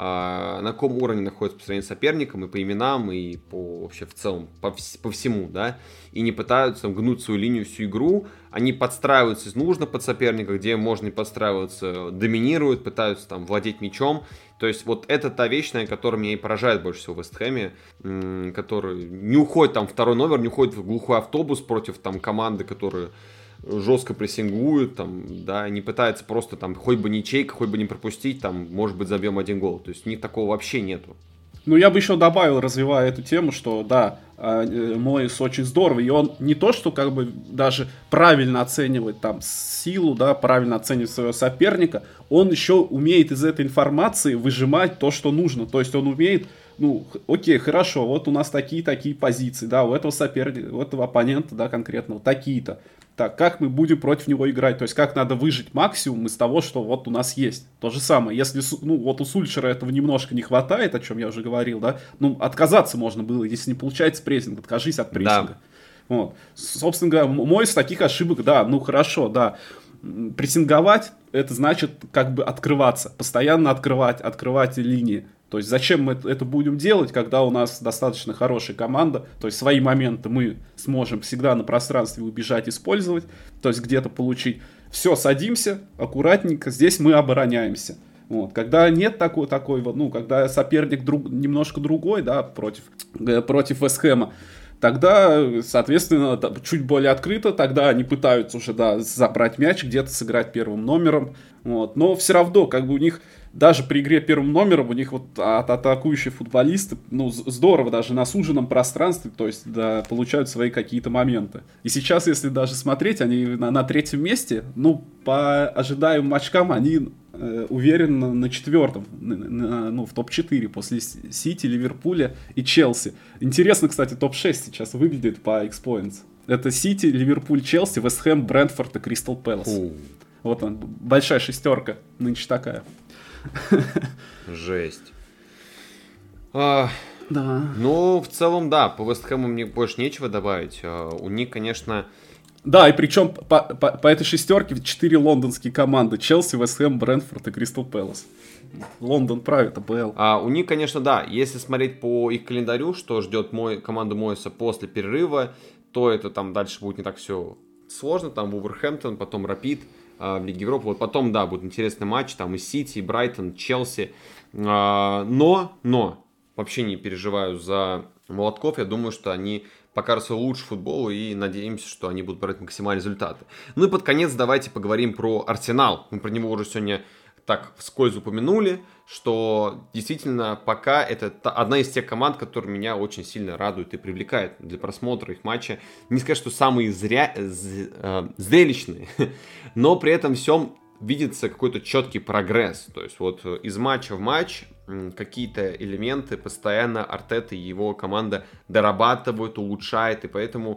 на каком уровне находится по сравнению с соперником, и по именам, и по вообще в целом, по, вс- по всему, да, и не пытаются там, гнуть свою линию всю игру, они подстраиваются, если нужно, под соперника, где можно не подстраиваться, доминируют, пытаются там владеть мячом, то есть вот это та вещь, на которая меня и поражает больше всего в Вест Хэме, м- который не уходит там второй номер, не уходит в глухой автобус против там команды, которые жестко прессингуют, там, да, не пытается просто там хоть бы ничейка, хоть бы не пропустить, там, может быть, забьем один гол. То есть у них такого вообще нету. Ну, я бы еще добавил, развивая эту тему, что, да, Моэс очень здоровый, и он не то, что как бы даже правильно оценивает там силу, да, правильно оценивает своего соперника, он еще умеет из этой информации выжимать то, что нужно. То есть он умеет, ну, окей, хорошо, вот у нас такие-такие позиции, да, у этого соперника, у этого оппонента, да, конкретного, такие-то. Так, как мы будем против него играть? То есть, как надо выжить максимум из того, что вот у нас есть. То же самое, если, ну, вот у Сульшера этого немножко не хватает, о чем я уже говорил, да, ну, отказаться можно было, если не получается прессинг, откажись от прессинга. Да. Вот. Собственно говоря, мой из таких ошибок, да, ну, хорошо, да, прессинговать, это значит, как бы открываться, постоянно открывать, открывать линии. То есть зачем мы это будем делать, когда у нас достаточно хорошая команда, то есть свои моменты мы сможем всегда на пространстве убежать, использовать, то есть где-то получить. Все, садимся, аккуратненько, здесь мы обороняемся. Вот. Когда нет такой, такой, ну, когда соперник друг, немножко другой, да, против, против Вест Хэма, тогда, соответственно, чуть более открыто, тогда они пытаются уже, да, забрать мяч, где-то сыграть первым номером, вот. Но все равно, как бы у них, даже при игре первым номером, у них вот от атакующие футболисты, ну, здорово даже на суженном пространстве, то есть, да, получают свои какие-то моменты. И сейчас, если даже смотреть, они на, на третьем месте, ну, по ожидаемым очкам, они э, уверенно на четвертом, на, на, ну, в топ четыре после Сити, Ливерпуля и Челси. Интересно, кстати, топ шесть сейчас выглядит по X-Points. Это Сити, Ливерпуль, Челси, Вест Хэм, Брентфорд и Кристал Пэлас. Вот он, большая шестерка, нынче такая. Жесть. А, да. Ну, в целом, да, по Вест Хэму мне больше нечего добавить. А, у них, конечно... Да, и причем по, по, по этой шестерке четыре лондонские команды. Челси, Вест Хэм, Брентфорд и Кристал Пэлас. Лондон правит, АПЛ. А, у них, конечно, да, если смотреть по их календарю, что ждет мой, команду Мойса после перерыва, то это там дальше будет не так все сложно. Там Вулверхэмптон, потом Рапид в Лиге Европы. Вот потом, да, будет интересный матч, там и Сити, и Брайтон, Челси. А, но, но, вообще не переживаю за молотков. Я думаю, что они покажут свой лучший футбол и надеемся, что они будут брать максимальные результаты. Ну и под конец давайте поговорим про Арсенал. Мы про него уже сегодня так вскользь упомянули, что действительно пока это одна из тех команд, которые меня очень сильно радуют и привлекают для просмотра их матча. Не сказать, что самые зря... з... э, зрелищные, но при этом всем видится какой-то четкий прогресс. То есть вот из матча в матч какие-то элементы постоянно Артета и его команда дорабатывают, улучшают, и поэтому,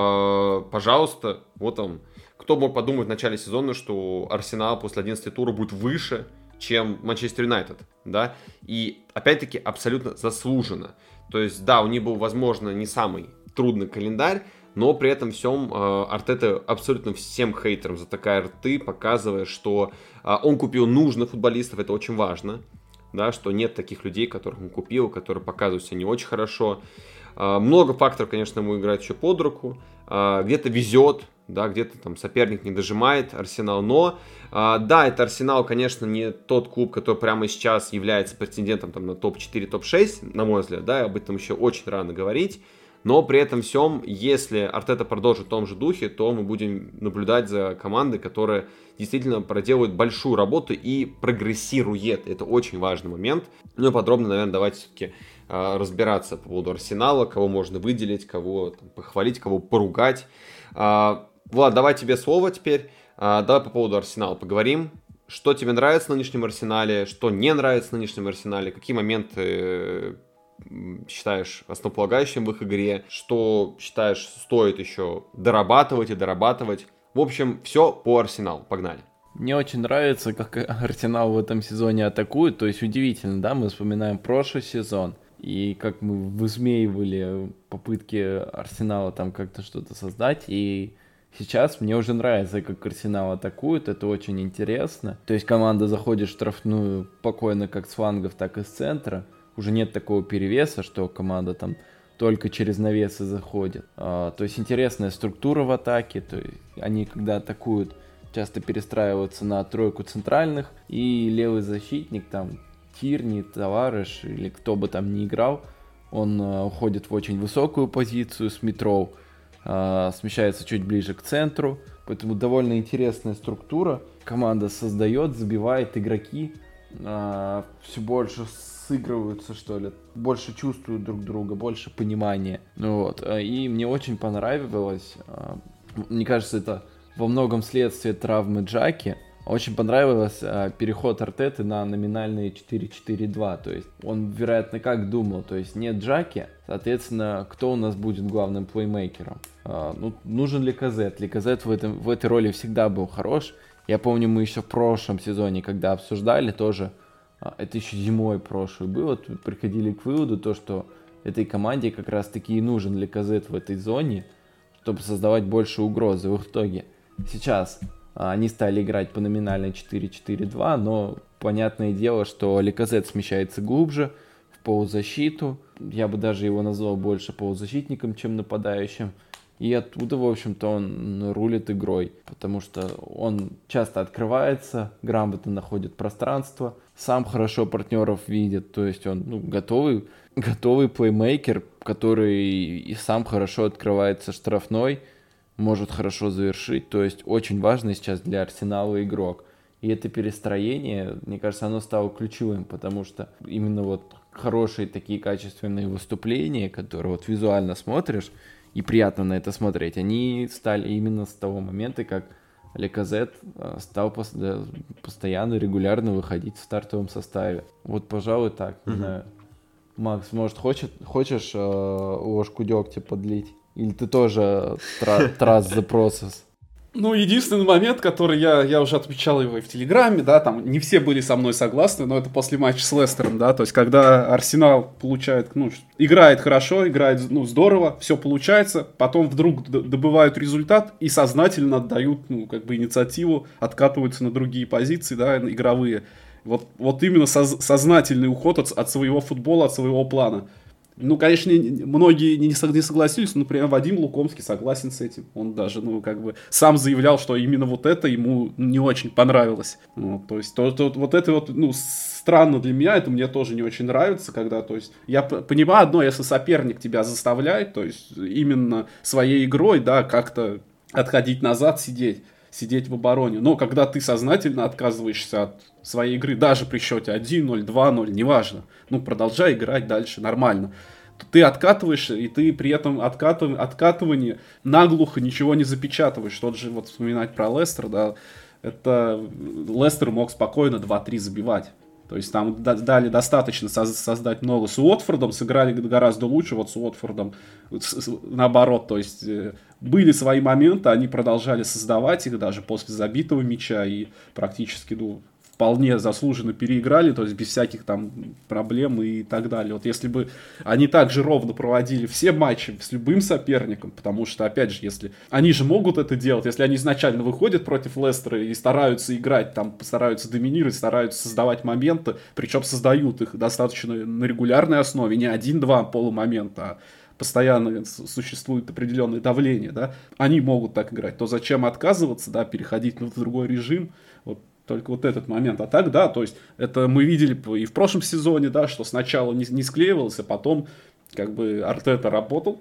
э, пожалуйста, вот он. Кто мог подумать в начале сезона, что Арсенал после одиннадцатого тура будет выше, чем Манчестер Юнайтед, да? И, опять-таки, абсолютно заслуженно. То есть, да, у них был, возможно, не самый трудный календарь, но при этом всем э, Артета абсолютно всем хейтерам затыкая рты, показывая, что э, он купил нужных футболистов, это очень важно, да, что нет таких людей, которых он купил, которые показывают себя не очень хорошо. Э, много факторов, конечно, ему играет еще под руку, э, где-то везет, да, где-то там соперник не дожимает Арсенал, но а, да, это Арсенал, конечно, не тот клуб, который прямо сейчас является претендентом там, на топ четыре, топ шесть, на мой взгляд, да, об этом еще очень рано говорить, но при этом всем, если Артета продолжит в том же духе, то мы будем наблюдать за командой, которая действительно проделывает большую работу и прогрессирует, это очень важный момент. Ну и подробно, наверное, давайте все-таки а, разбираться по поводу Арсенала, кого можно выделить, кого там, похвалить, кого поругать. А, Влад, давай тебе слово теперь. А, давай по поводу Арсенала поговорим. Что тебе нравится в нынешнем Арсенале, что не нравится в нынешнем Арсенале, какие моменты э, считаешь основополагающим в их игре, что считаешь стоит еще дорабатывать и дорабатывать. В общем, все по Арсеналу. Погнали. Мне очень нравится, как Арсенал в этом сезоне атакует. То есть удивительно, да, мы вспоминаем прошлый сезон. И как мы высмеивали попытки Арсенала там как-то что-то создать. И сейчас мне уже нравится, как Арсенал атакует. Это очень интересно. То есть команда заходит в штрафную спокойно как с флангов, так и с центра. Уже нет такого перевеса, что команда там только через навесы заходит. А, то есть интересная структура в атаке. То есть они, когда атакуют, часто перестраиваются на тройку центральных. И левый защитник там... Тирни, Товарищ или кто бы там ни играл, он э, уходит в очень высокую позицию с метров, э, смещается чуть ближе к центру, поэтому довольно интересная структура. Команда создает, забивает, игроки э, все больше сыгрываются, что ли, больше чувствуют друг друга, больше понимания. Ну, вот. И мне очень понравилось, э, мне кажется, это во многом следствие травмы Джаки. Очень понравилось э, переход Артеты на номинальные четыре четыре два, то есть он, вероятно, как думал, то есть нет Джаки, соответственно, кто у нас будет главным плеймейкером? Э, ну, нужен Лаказет. Лаказет в, этом, в этой роли всегда был хорош. Я помню, мы еще в прошлом сезоне, когда обсуждали тоже, э, это еще зимой прошлой было, приходили к выводу, то, что этой команде как раз-таки и нужен Лаказет в этой зоне, чтобы создавать больше угрозы. В итоге сейчас... Они стали играть по номинальной четыре четыре два, но понятное дело, что Лаказет смещается глубже в полузащиту. Я бы даже его назвал больше полузащитником, чем нападающим. И оттуда, в общем-то, он рулит игрой, потому что он часто открывается, грамотно находит пространство, сам хорошо партнеров видит, то есть он ну, готовый, готовый плеймейкер, который и сам хорошо открывается штрафной, может хорошо завершить. То есть очень важный сейчас для Арсенала игрок. И это перестроение, мне кажется, оно стало ключевым, потому что именно вот хорошие такие качественные выступления, которые вот визуально смотришь, и приятно на это смотреть, они стали именно с того момента, как Леказет стал постоянно, регулярно выходить в стартовом составе. Вот, пожалуй, так, не mm-hmm. знаю. Макс, может, хочет, хочешь э, ложку дегтя подлить? Или ты тоже trust the process? Ну, единственный момент, который я, я уже отмечал его и в Телеграме, да, там не все были со мной согласны, но это после матча с Лестером, да, то есть когда Арсенал получает, ну, играет хорошо, играет, ну, здорово, все получается, потом вдруг добывают результат и сознательно отдают, ну, как бы инициативу, откатываются на другие позиции, да, игровые. Вот, вот именно соз, сознательный уход от, от своего футбола, от своего плана. Ну, конечно, многие не согласились, но, например, Вадим Лукомский согласен с этим. Он даже, ну, как бы сам заявлял, что именно вот это ему не очень понравилось. Вот, то есть, то, то, вот это вот, ну, странно для меня, это мне тоже не очень нравится, когда, то есть, я понимаю одно, если соперник тебя заставляет, то есть, именно своей игрой, да, как-то отходить назад, сидеть, сидеть в обороне. Но когда ты сознательно отказываешься от своей игры, даже при счете один ноль, два ноль, неважно, ну, продолжай играть дальше, нормально. Ты откатываешься, и ты при этом откатыв... откатывании наглухо ничего не запечатываешь. Тот же, вот вспоминать про Лестер, да, это Лестер мог спокойно два-три забивать. То есть там дали достаточно создать много. С Уотфордом сыграли гораздо лучше, вот с Уотфордом наоборот. То есть были свои моменты, они продолжали создавать их даже после забитого мяча и практически, ну, вполне заслуженно переиграли, то есть без всяких там проблем и так далее. Вот если бы они так же ровно проводили все матчи с любым соперником, потому что, опять же, если они же могут это делать, если они изначально выходят против Лестера и стараются играть, там, стараются доминировать, стараются создавать моменты, причем создают их достаточно на регулярной основе, не один-два полумомента, а постоянно существует определенное давление, да, они могут так играть, то зачем отказываться, да, переходить в другой режим, вот. Только вот этот момент. А так, да, то есть это мы видели и в прошлом сезоне, да, что сначала не, не склеивалось, а потом как бы Артета работал,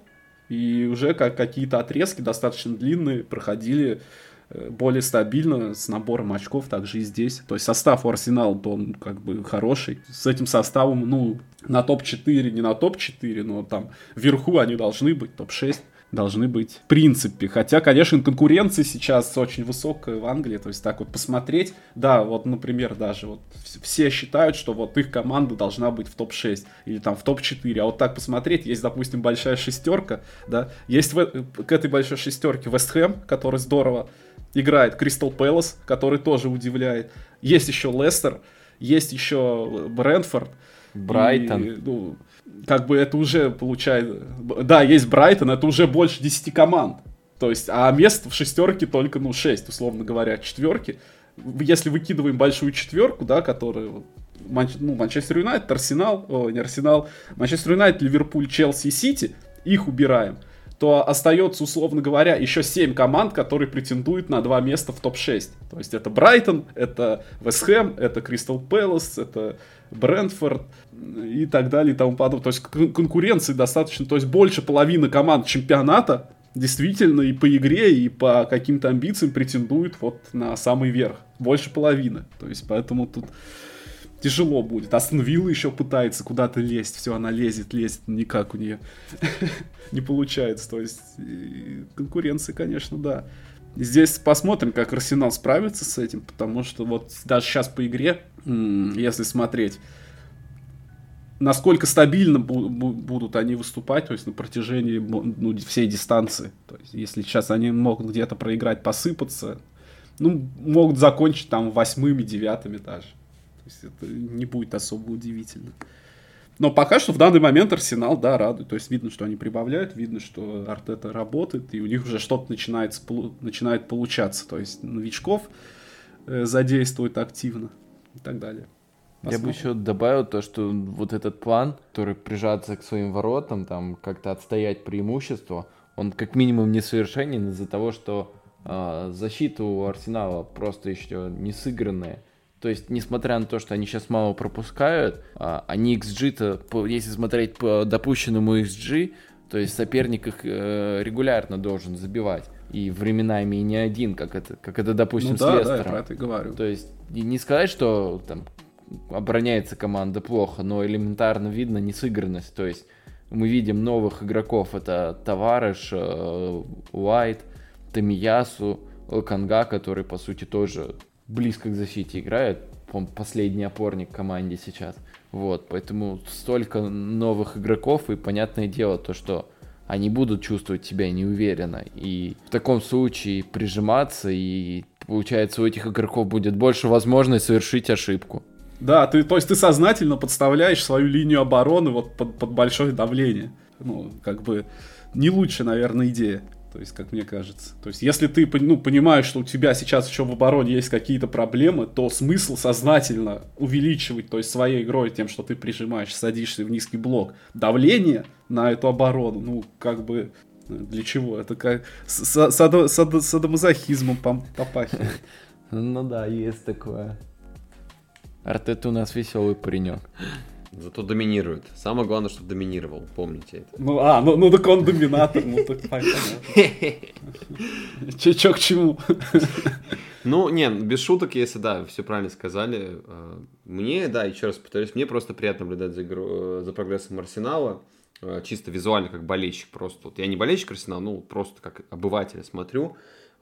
и уже как какие-то отрезки достаточно длинные проходили более стабильно с набором очков, также и здесь. То есть состав у Арсенала, то он как бы хороший. С этим составом, ну, на топ четыре, не на топ четыре, но там вверху они должны быть, топ шесть. Должны быть в принципе. Хотя, конечно, конкуренция сейчас очень высокая в Англии. То есть так вот посмотреть. Да, вот, например, даже вот все считают, что вот их команда должна быть в топ шесть или там в топ четыре. А вот так посмотреть, есть, допустим, большая шестерка, да, есть в, к этой большой шестерке Вест Хэм, который здорово играет, Кристал Пэлас, который тоже удивляет. Есть еще Лестер, есть еще Брентфорд. Брайтон. И, ну, как бы это уже получается... Да, есть Брайтон, это уже больше десяти команд. То есть, а мест в шестерке только, ну, шесть, условно говоря, четверки. Если выкидываем большую четверку, да, которая... Манч... Ну, Манчестер Юнайтед, Арсенал, о, не Арсенал, Манчестер Юнайтед, Ливерпуль, Челси и Сити, их убираем, то остается, условно говоря, еще семь команд, которые претендуют на два места в топ шесть. То есть это Брайтон, это Вест Хэм, это Кристал Пэлас, это Брентфорд и так далее и тому подобное. То есть конкуренции достаточно, то есть больше половины команд чемпионата действительно и по игре, и по каким-то амбициям претендуют вот на самый верх. Больше половины. То есть поэтому тут тяжело будет. Астон Вилла еще пытается куда-то лезть. Все, она лезет, лезет. Никак у нее не получается. То есть конкуренция, конечно, да. Здесь посмотрим, как Арсенал справится с этим. Потому что вот даже сейчас по игре, если смотреть, насколько стабильно бу- бу- будут они выступать, то есть на протяжении, ну, всей дистанции. То есть если сейчас они могут где-то проиграть, посыпаться, ну, могут закончить там восьмыми, девятыми даже. То есть это не будет особо удивительно. Но пока что в данный момент Арсенал, да, радует. То есть видно, что они прибавляют, видно, что Артета работает, и у них уже что-то начинается, начинает получаться. То есть новичков э, задействует активно и так далее. Посмотрим. Я бы еще добавил то, что вот этот план, который прижаться к своим воротам, там как-то отстоять преимущество, он как минимум несовершенен из-за того, что э, защита у Арсенала просто еще не сыгранная. То есть, несмотря на то, что они сейчас мало пропускают, они икс джи-то, если смотреть по допущенному икс джи, то есть соперник их регулярно должен забивать. И временами и не один, как это, как это допустим, ну, с да, Лестером. Да, я про это и говорю. То есть, не сказать, что там обороняется команда плохо, но элементарно видно несыгранность. То есть, мы видим новых игроков. Это Тавареш, Уайт, Томиясу, Лаканга, который, по сути, тоже близко к защите играет. Он последний опорник команде сейчас. Вот, поэтому столько новых игроков, и понятное дело то, что они будут чувствовать себя неуверенно. И в таком случае прижиматься, и получается у этих игроков будет больше возможности совершить ошибку. Да, ты, то есть ты сознательно подставляешь свою линию обороны вот под, под большое давление. Ну, как бы не лучшая, наверное, идея. То есть, как мне кажется. То есть, если ты ну, понимаешь, что у тебя сейчас еще в обороне есть какие-то проблемы, то смысл сознательно увеличивать, то есть, своей игрой тем, что ты прижимаешь, садишься в низкий блок, давление на эту оборону, ну, как бы, для чего? Это как садо, садо, садомазохизмом попахивает. Ну да, есть такое. Артета у нас веселый паренек. Зато доминирует. Самое главное, чтобы доминировал, помните это. Ну, а, ну, ну так он доминатор, ну так понятно. Че, че к чему? Ну, не, без шуток, если, да, все правильно сказали. Мне, да, еще раз повторюсь, мне просто приятно наблюдать за, игру, за прогрессом Арсенала. Чисто визуально, как болельщик просто. Вот я не болельщик Арсенала, ну, просто как обыватель смотрю.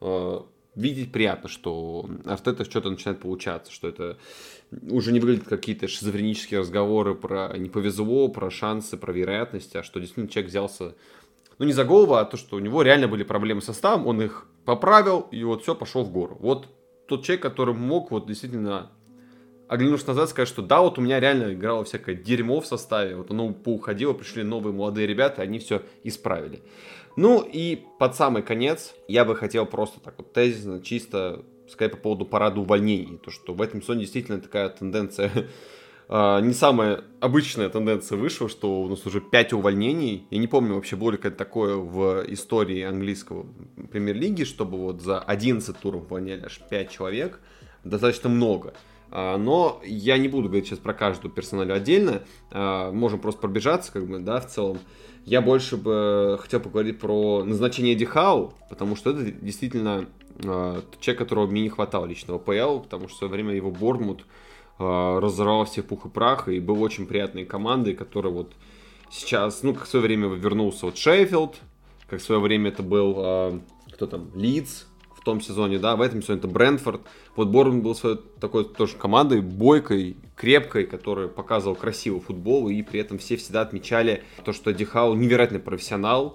Видеть приятно, что Артета что-то начинает получаться, что это уже не выглядят какие-то шизофренические разговоры про не повезло, про шансы, про вероятности, а что действительно человек взялся, ну не за голову, а то, что у него реально были проблемы с составом, он их поправил, и вот все, пошел в гору. Вот тот человек, который мог вот действительно, оглянувшись назад, сказать, что да, вот у меня реально играло всякое дерьмо в составе, вот оно поуходило, пришли новые молодые ребята, они все исправили. Ну и под самый конец я бы хотел просто так вот тезисно, чисто сказать по поводу парада увольнений. То, что в этом сезоне действительно такая тенденция, э, не самая обычная тенденция вышла, что у нас уже пять увольнений. Я не помню вообще, было ли какое-то такое в истории английского премьер-лиги, чтобы вот за одиннадцать туров увольняли аж пять человек. Достаточно много. Но я не буду говорить сейчас про каждую персоналию отдельно. Можем просто пробежаться, как бы, да, в целом. Я больше бы хотел поговорить про назначение Эдди Хау, потому что это действительно человек, которого мне не хватало лично в АПЛ, потому что в свое время его Борнмут разорвал все пух и прах, и был очень приятной командой, которая вот сейчас, ну, как в свое время вернулся вот Шеффилд, как в свое время это был, кто там, Лидс, в том сезоне, да, в этом сезоне это Брентфорд. Вот Борнмут был своей такой тоже командой, бойкой, крепкой, которая показывала красивый футбол, и при этом все всегда отмечали то, что Эдди Хау невероятный профессионал,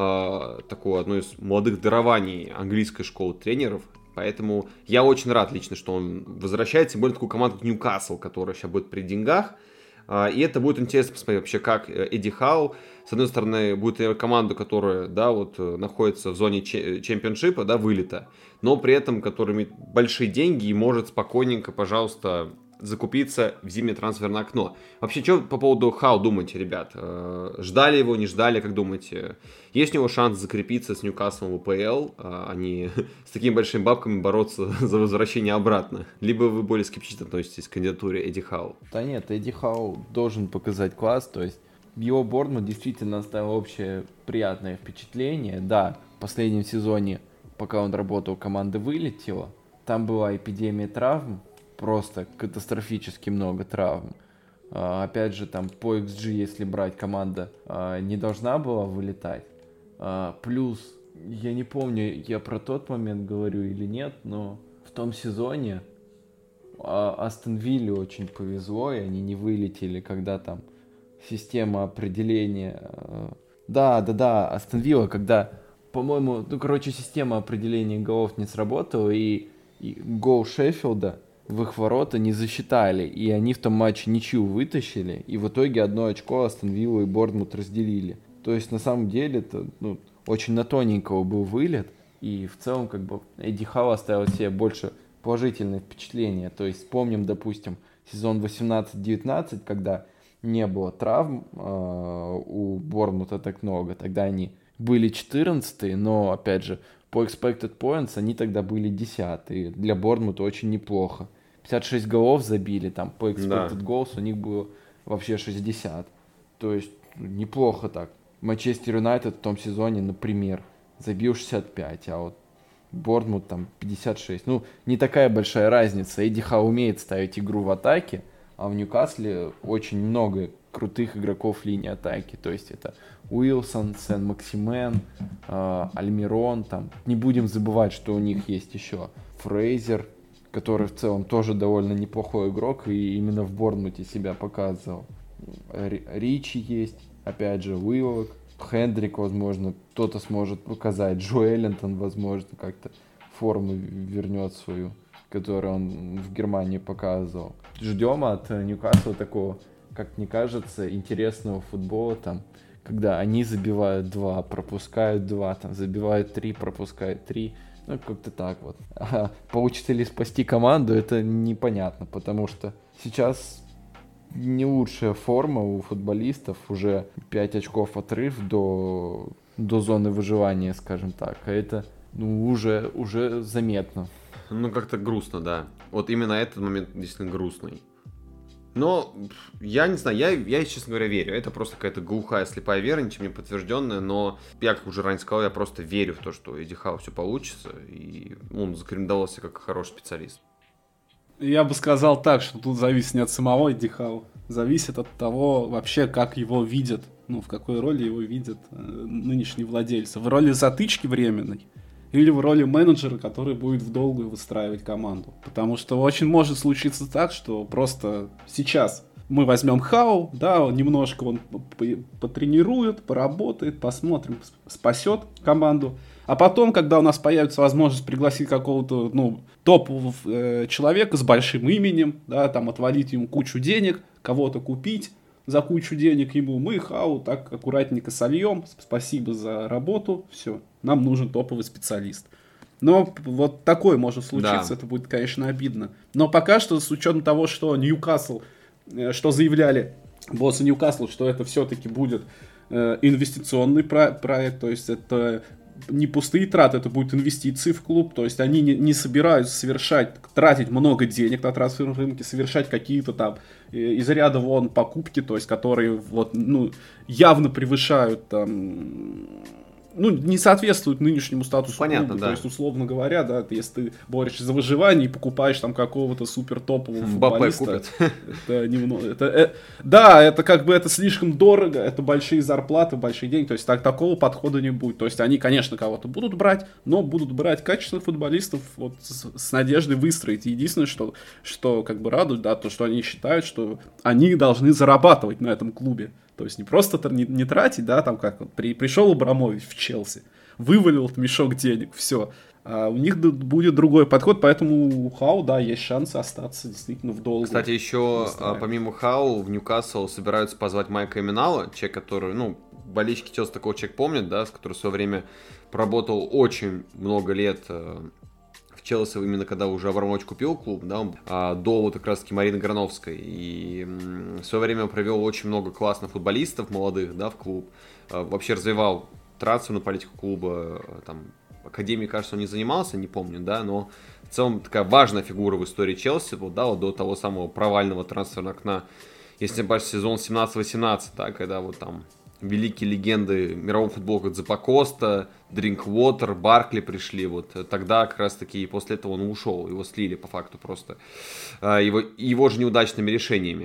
э, такое одно из молодых дарований английской школы тренеров. Поэтому я очень рад лично, что он возвращается, тем более такую команду, как Ньюкасл, которая сейчас будет при деньгах. И это будет интересно посмотреть вообще, как Эдди Хау, с одной стороны, будет команда, которая, да, вот, находится в зоне чемпионшипа, да, вылета, но при этом, которая имеет большие деньги и может спокойненько, пожалуйста, закупиться в зимнее трансферное окно. Вообще, что по поводу Хау думаете, ребят? Ждали его, не ждали, как думаете? Есть у него шанс закрепиться с Ньюкаслом в АПЛ, а не с такими большими бабками бороться за возвращение обратно? Либо вы более скептично относитесь к кандидатуре Эдди Хау? Да нет, Эдди Хау должен показать класс, то есть его Борнмут действительно оставил общее приятное впечатление. Да, в последнем сезоне, пока он работал, команда вылетела, там была эпидемия травм, просто катастрофически много травм. А, опять же, там по икс джи, если брать, команда а, не должна была вылетать. А, плюс, я не помню, я про тот момент говорю или нет, но в том сезоне а, Астон Вилле очень повезло, и они не вылетели, когда там система определения... А, да, да, да, Астон Вилла, когда, по-моему, ну, короче, система определения голов не сработала, и, и гол Шеффилда в их ворота не засчитали, и они в том матче ничью вытащили, и в итоге одно очко Астон Вилла и Борнмут разделили. То есть, на самом деле, это, ну, очень на тоненького был вылет, и в целом, как бы, Эдди Хау оставил себе больше положительное впечатление. То есть, вспомним, допустим, сезон восемнадцать девятнадцать, когда не было травм э, у Борнмута так много, тогда они были четырнадцатые, но, опять же, по expected points они тогда были десятые. Для Борнмута очень неплохо. пятьдесят шесть голов забили, там по expected Да. goals у них было вообще шестьдесят. То есть неплохо так. Манчестер Юнайтед в том сезоне, например, забил шестьдесят пять, а вот Борнмут там пятьдесят шесть. Ну, не такая большая разница. Эдди Хау умеет ставить игру в атаке, а в Ньюкасле очень много крутых игроков линии атаки. То есть это Уилсон, Сен-Максимен, э, Альмирон. Там. Не будем забывать, что у них есть еще Фрейзер, который в целом тоже довольно неплохой игрок и именно в Борнмуте себя показывал. Р- Ричи есть, опять же, Уилок. Хендрик, возможно, кто-то сможет показать. Джо Эллинтон, возможно, как-то форму вернет свою, которую он в Германии показывал. Ждем от Ньюкасла такого, как мне кажется, интересного футбола, там, когда они забивают два, пропускают два, там, забивают три, пропускают три. Ну, как-то так вот. А получится ли спасти команду, это непонятно, потому что сейчас не лучшая форма у футболистов, уже пять очков отрыв до, до зоны выживания, скажем так. А это ну, уже, уже заметно. Ну, как-то грустно, да. Вот именно этот момент действительно грустный. Но я не знаю, я, я, честно говоря, верю. Это просто какая-то глухая, слепая вера, ничем не подтвержденная. Но я, как уже ранее сказал, я просто верю в то, что Эдди Хау все получится. И он зарекомендовался как хороший специалист. Я бы сказал так, что тут зависит не от самого Эдди Хау. Зависит от того, вообще, как его видят, ну, в какой роли его видят э, нынешние владельцы. В роли затычки временной или в роли менеджера, который будет в долгую выстраивать команду. Потому что очень может случиться так, что просто сейчас мы возьмем Хау, да, немножко он потренирует, поработает, посмотрим, спасет команду. А потом, когда у нас появится возможность пригласить какого-то, ну, топового э, человека с большим именем, да, там, отвалить ему кучу денег, кого-то купить за кучу денег ему, мы Хау так аккуратненько сольем, спасибо за работу, все, нам нужен топовый специалист. Но вот такое может случиться, да. Это будет, конечно, обидно. Но пока что, с учетом того, что Ньюкасл, э, что заявляли боссы Ньюкасла, что это все-таки будет э, инвестиционный про- проект, то есть это не пустые траты, это будут инвестиции в клуб, то есть они не, не собираются совершать, тратить много денег на трансферном рынке, совершать какие-то там э, из ряда вон покупки, то есть которые вот, ну, явно превышают там, ну, не соответствуют нынешнему статусу Понятно, клуба, да. То есть, условно говоря, да, если ты борешься за выживание и покупаешь там какого-то супер топового футболиста, это немного, это, э, да, это как бы это слишком дорого, это большие зарплаты, большие деньги, то есть так, такого подхода не будет. То есть они, конечно, кого-то будут брать, но будут брать качественных футболистов вот с, с надеждой выстроить. И единственное, что, что как бы радует, да, то, что они считают, что они должны зарабатывать на этом клубе. То есть не просто не, не тратить, да, там как вот при, пришел Абрамович в Челси, вывалил мешок денег, все. А у них будет другой подход, поэтому у Хау, да, есть шансы остаться действительно в долгу. Кстати, еще помимо Хау в Ньюкасл собираются позвать Майка Эминала, человек, который, ну, болельщики Челси такого человека помнят, да, с которым в свое время проработал очень много лет в Челси, именно когда уже Абрамович купил клуб, да, а, до вот как раз-таки Марины Грановской. И м, в свое время провел очень много классных футболистов молодых, да, в клуб. А, вообще развивал трансферную политику клуба, там, академией, кажется, он не занимался, не помню, да, но в целом такая важная фигура в истории Челси, вот, да, вот до того самого провального трансферного окна, если не ошибаюсь, сезон семнадцать-восемнадцать, да, когда вот там великие легенды мирового футбола, как Запакоста, Дринквотер, Баркли пришли, вот тогда как раз таки и после этого он ушел, его слили по факту просто, его, его же неудачными решениями.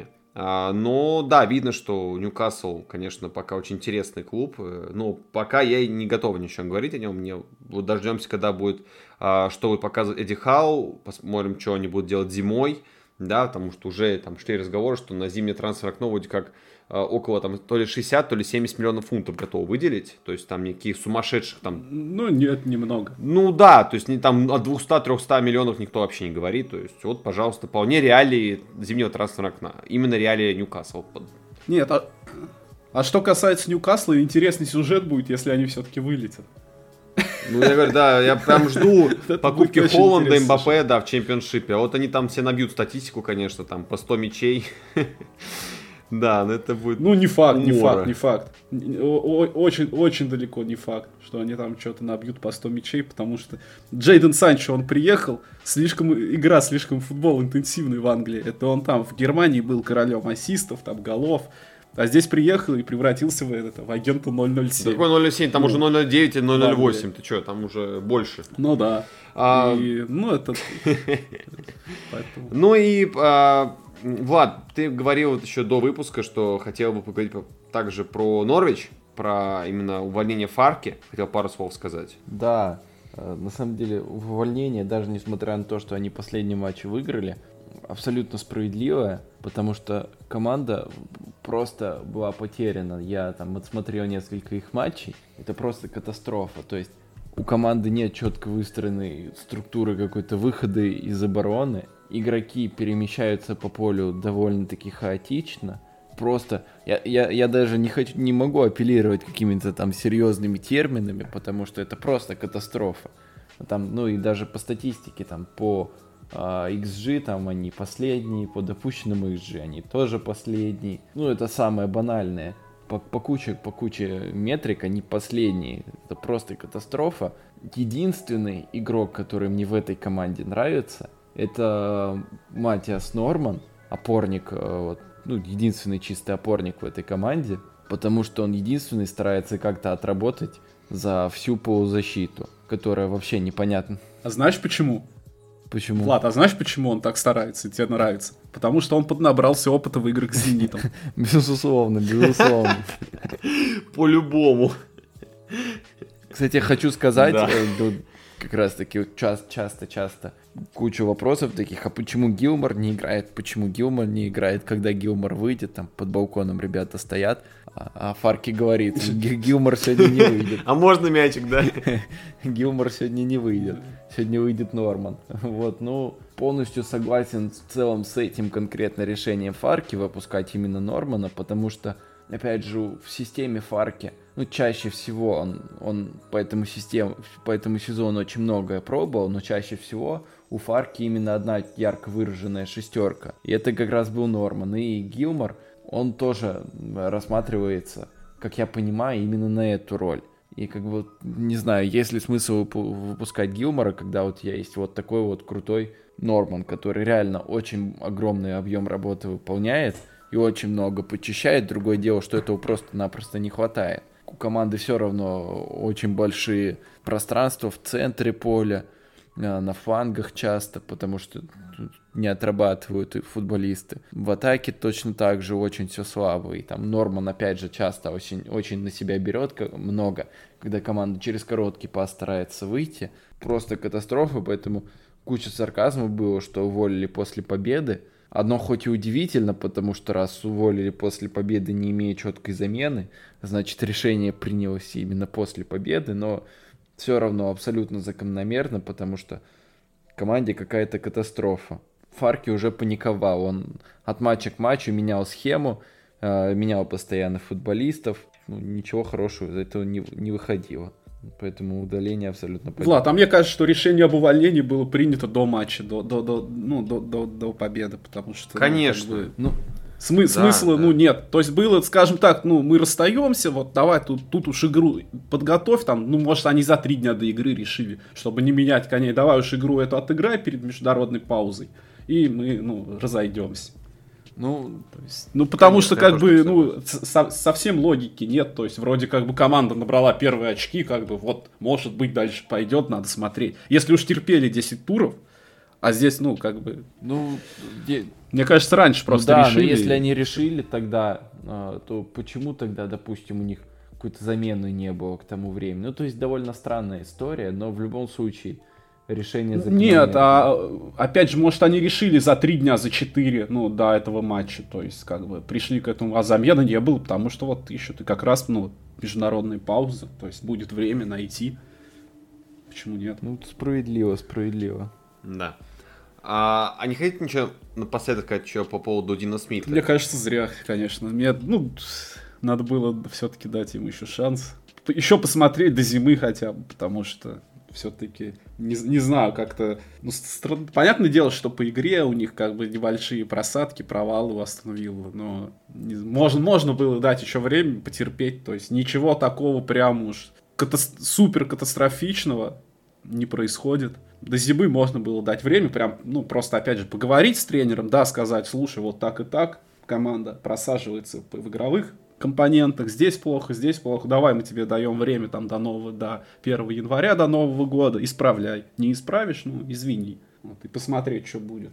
Но да, видно, что Ньюкасл, конечно, пока очень интересный клуб, но пока я не готов ничего говорить о нем, мне вот дождемся, когда будет, что будет показывать Эдди Хау, посмотрим, что они будут делать зимой, да, потому что уже там шли разговоры, что на зимнее трансферное окно вроде как около там то ли шестьдесят, то ли семьдесят миллионов фунтов готовы выделить, то есть там никаких сумасшедших там... Ну нет, немного. Ну да, то есть не, там от двухсот-трехсот миллионов никто вообще не говорит, то есть вот, пожалуйста, вполне реалии зимнего трансферного окна, именно реалии Ньюкасл. Нет, а, а что касается Ньюкасла, интересный сюжет будет, если они все-таки вылетят. Ну, я говорю, да, я прям жду покупки Холланда, Мбаппе, да, в чемпионшипе. А вот они там все набьют статистику, конечно, там по сто мячей. Да, но это будет... Ну, не факт, не умора. факт, не факт. Очень, очень далеко не факт, что они там что-то набьют по сто мячей, потому что Джейден Санчо, он приехал, слишком игра, слишком футбол интенсивный в Англии. Это он там в Германии был королем ассистов, там, голов. А здесь приехал и превратился в, это, в агента ноль ноль семь. Какой ноль ноль семь? Там Ну, уже ноль ноль девять и ноль ноль восемь. Англии. Ты что, там уже больше. Ну да. А, И, ну, это... Поэтому... Ну и, а, Влад, ты говорил вот еще до выпуска, что хотел бы поговорить по- также про Норвич, про именно увольнение Фарки. Хотел пару слов сказать. Да, э, на самом деле увольнение, даже несмотря на то, что они последний матч выиграли, абсолютно справедливое, потому что команда просто была потеряна. Я там отсмотрел несколько их матчей, это просто катастрофа. То есть у команды нет четко выстроенной структуры какой-то выхода из обороны. Игроки перемещаются по полю довольно-таки хаотично. Просто я, я, я даже не хочу, не могу апеллировать какими-то там серьезными терминами, потому что это просто катастрофа. Там, ну и даже по статистике, там по а, икс джи там они последние, по допущенному икс джи они тоже последние. Ну это самое банальное. По, по куче, по куче метрик они последние. Это просто катастрофа. Единственный игрок, который мне в этой команде нравится, это Матиас Норман, опорник, вот, ну, единственный чистый опорник в этой команде, потому что он единственный старается как-то отработать за всю полузащиту, которая вообще непонятна. А знаешь почему? Почему? Влад, а знаешь, почему он так старается и тебе нравится? Потому что он поднабрался опыта в играх с «Зенитом». Безусловно, безусловно. По-любому. Кстати, я хочу сказать, Да. э, тут как раз таки вот час- часто-часто кучу вопросов таких, а почему Гилмор не играет, почему Гилмор не играет, когда Гилмор выйдет, там под балконом ребята стоят, а, а Фарки говорит, «Ги- Гилмор сегодня не выйдет, А можно мячик, да? Гилмор сегодня не выйдет, сегодня выйдет Норман». Вот, ну, полностью согласен в целом с этим конкретно решением Фарки выпускать именно Нормана, потому что, опять же, в системе Фарки, ну, чаще всего он, он по этому системе, по этому сезону очень многое пробовал, но чаще всего у Фарки именно одна ярко выраженная шестерка. И это как раз был Норман. И Гилмор, он тоже рассматривается, как я понимаю, именно на эту роль. И как бы, не знаю, есть ли смысл выпу- выпускать Гилмора, когда вот есть вот такой вот крутой Норман, который реально очень огромный объем работы выполняет и очень много почищает. Другое дело, что этого просто-напросто не хватает. У команды все равно очень большие пространства в центре поля, на флангах часто, потому что не отрабатывают и футболисты. В атаке точно так же очень все слабо. И там Норман, опять же, часто очень, очень на себя берет много, когда команда через короткий пас старается выйти. Просто катастрофа, поэтому куча сарказма было, что уволили после победы. Одно хоть и удивительно, потому что раз уволили после победы, не имея четкой замены, значит решение принялось именно после победы, но все равно абсолютно закономерно, потому что команде какая-то катастрофа. Фарки уже паниковал, он от матча к матчу менял схему, э, менял постоянно футболистов, ну, ничего хорошего из этого не, не выходило. Поэтому удаление абсолютно понятно. Влад, а мне кажется, что решение об увольнении было принято до матча, до, до, до, ну, до, до, до победы, потому что... Конечно. Ну, как бы, Ну, смы- Да, смысла, да. ну, нет. То есть было, скажем так, ну, мы расстаемся, вот давай тут, тут уж игру подготовь, там, ну, может, они за три дня до игры решили, чтобы не менять коней, давай уж игру эту отыграй перед международной паузой, и мы, ну, разойдемся. ну, То есть, ну, потому Конечно, что, я как тоже бы, так ну, со- совсем логики нет. То есть, вроде как бы команда набрала первые очки, как бы, вот, может быть, дальше пойдет, надо смотреть. Если уж терпели десять туров, а здесь, ну, как бы, ну, де- мне кажется, раньше ну просто да, решили. но если они решили тогда, а, то почему тогда, допустим, у них какой-то замены не было к тому времени? Ну, то есть довольно странная история, но в любом случае решение закономерное. Нет, а опять же, может, они решили за три дня, за четыре, ну, до этого матча, то есть, как бы, пришли к этому, а замены не было, потому что вот ищут и как раз, ну, международные паузы, то есть, будет время найти. Почему нет? Ну, справедливо, справедливо. Да. А, а не хотите ничего напоследок сказать еще по поводу Дина Смита? Мне кажется, зря, конечно. Мне, ну, надо было все-таки дать ему еще шанс. Еще посмотреть до зимы хотя бы, потому что все-таки, не, не знаю, как-то... Ну, стра... Понятное дело, что по игре у них как бы небольшие просадки, провалы у Астон Виллы, но не... можно, можно было дать еще время потерпеть, то есть ничего такого прям уж ката... супер катастрофичного не происходит. До зимы можно было дать время, прям, ну, просто, опять же, поговорить с тренером, да, сказать, слушай, вот так и так, команда просаживается в игровых компонентах, здесь плохо, здесь плохо, давай мы тебе даем время там до нового, до первого января, до Нового года, исправляй. Не исправишь, ну, извини. Вот, и посмотреть, что будет.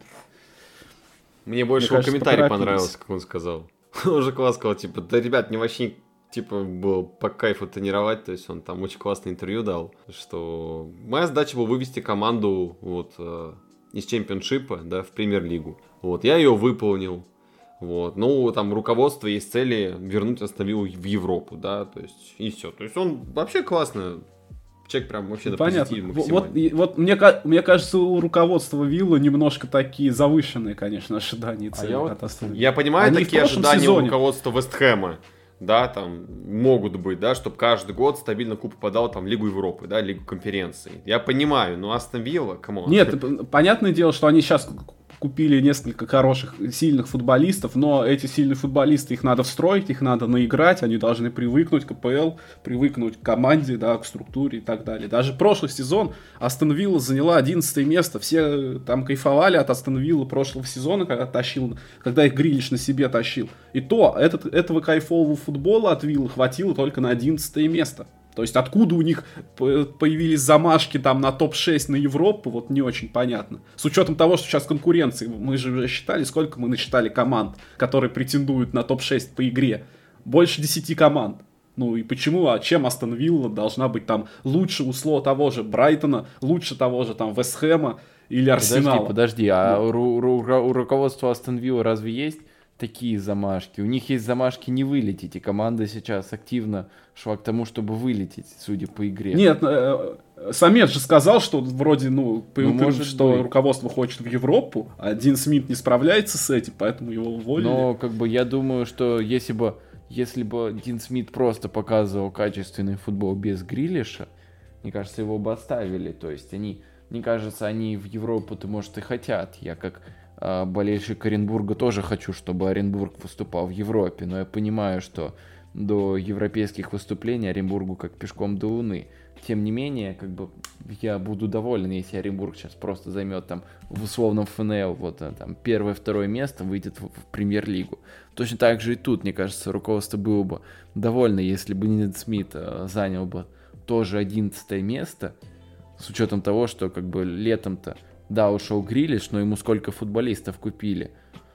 Мне больше его комментарий понравился, как он сказал. Он же классно сказал, типа, да, ребят, мне вообще, типа, было по кайфу тренировать, то есть он там очень классное интервью дал, что моя задача была вывести команду вот из чемпионшипа, да, в премьер-лигу. Вот, я ее выполнил. Вот. Ну, там руководство есть цели вернуть Астон Виллу в Европу, да, то есть, и все. То есть он вообще классно, человек прям вообще на позитиве максимально. Вот, вот мне, мне кажется, у руководства Виллы немножко такие завышенные, конечно, ожидания и цели а от Астон Виллы. Я понимаю, они такие ожидания сезоне. У руководства Вест Хэма, да, там, могут быть, да, чтобы каждый год стабильно клуб попадал там в Лигу Европы, да, Лигу конференций. Я понимаю, но Астон Вилла, камон. Нет, понятное дело, что они сейчас... купили несколько хороших, сильных футболистов, но эти сильные футболисты, их надо встроить, их надо наиграть, они должны привыкнуть к АПЛ, привыкнуть к команде, да, к структуре и так далее. Даже прошлый сезон Астон Вилла заняла одиннадцатое место, все там кайфовали от Астон Виллы прошлого сезона, когда тащил, когда их Грилиш на себе тащил. И то, этот, этого кайфового футбола от Виллы хватило только на одиннадцатое место. То есть откуда у них появились замашки там на топ шесть на Европу, вот не очень понятно. С учетом того, что сейчас конкуренции, мы же уже считали, сколько мы насчитали команд, которые претендуют на топ шесть по игре. Больше десяти команд. Ну и почему, а чем Астон Вилла должна быть там лучше условия того же Брайтона, лучше того же там Вест Хэма или Арсенала? Подожди, подожди, а ну. у, у, у руководства Астон Вилла разве есть такие замашки? У них есть замашки не вылететь, и команда сейчас активно шла к тому, чтобы вылететь, судя по игре. Нет, э, Самец же сказал, что вроде, ну, ну может что быть. Руководство хочет в Европу, а Дин Смит не справляется с этим, поэтому его уволили. Но, как бы, я думаю, что если бы, если бы Дин Смит просто показывал качественный футбол без Грилиша, мне кажется, его бы оставили. То есть они, мне кажется, они в Европу-то, может, и хотят. Я как э, болельщик Оренбурга тоже хочу, чтобы Оренбург выступал в Европе, но я понимаю, что до европейских выступлений Оренбургу как пешком до Луны. Тем не менее, как бы я буду доволен, если Оренбург сейчас просто займет там в условном ФНЛ вот там первое-второе место, выйдет в, в премьер-лигу. Точно так же и тут, мне кажется, руководство было бы довольно, если бы Дин Смит э, занял бы тоже одиннадцатое место, с учетом того, что как бы летом-то, да, ушел Грилиш, но ему сколько футболистов купили.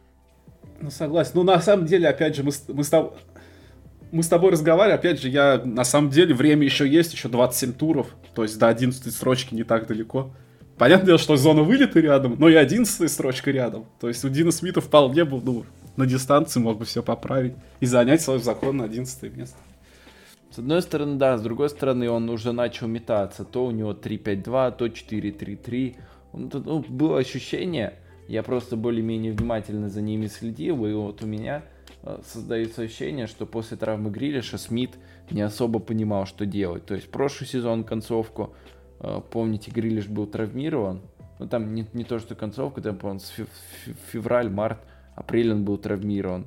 Ну, согласен. Ну, на самом деле, опять же, мы, мы с тобой... Мы с тобой разговаривали, опять же, я, на самом деле, время еще есть, еще двадцать семь туров, то есть до одиннадцатой строчки не так далеко. Понятное дело, что зона вылета рядом, но и одиннадцатая строчка рядом. То есть у Дина Смита вполне был, ну, на дистанции мог бы все поправить и занять свое законное одиннадцатое место. С одной стороны, да, с другой стороны, он уже начал метаться. То у него три пять два, то четыре три три. Ну, было ощущение, я просто более-менее внимательно за ними следил, и вот у меня... создается ощущение, что после травмы Грилиша Смит не особо понимал, что делать. То есть прошлый сезон, концовку, помните, Грилиш был травмирован. Ну там не, не то, что концовка, там, по-моему, февраль, март, апрель он был травмирован.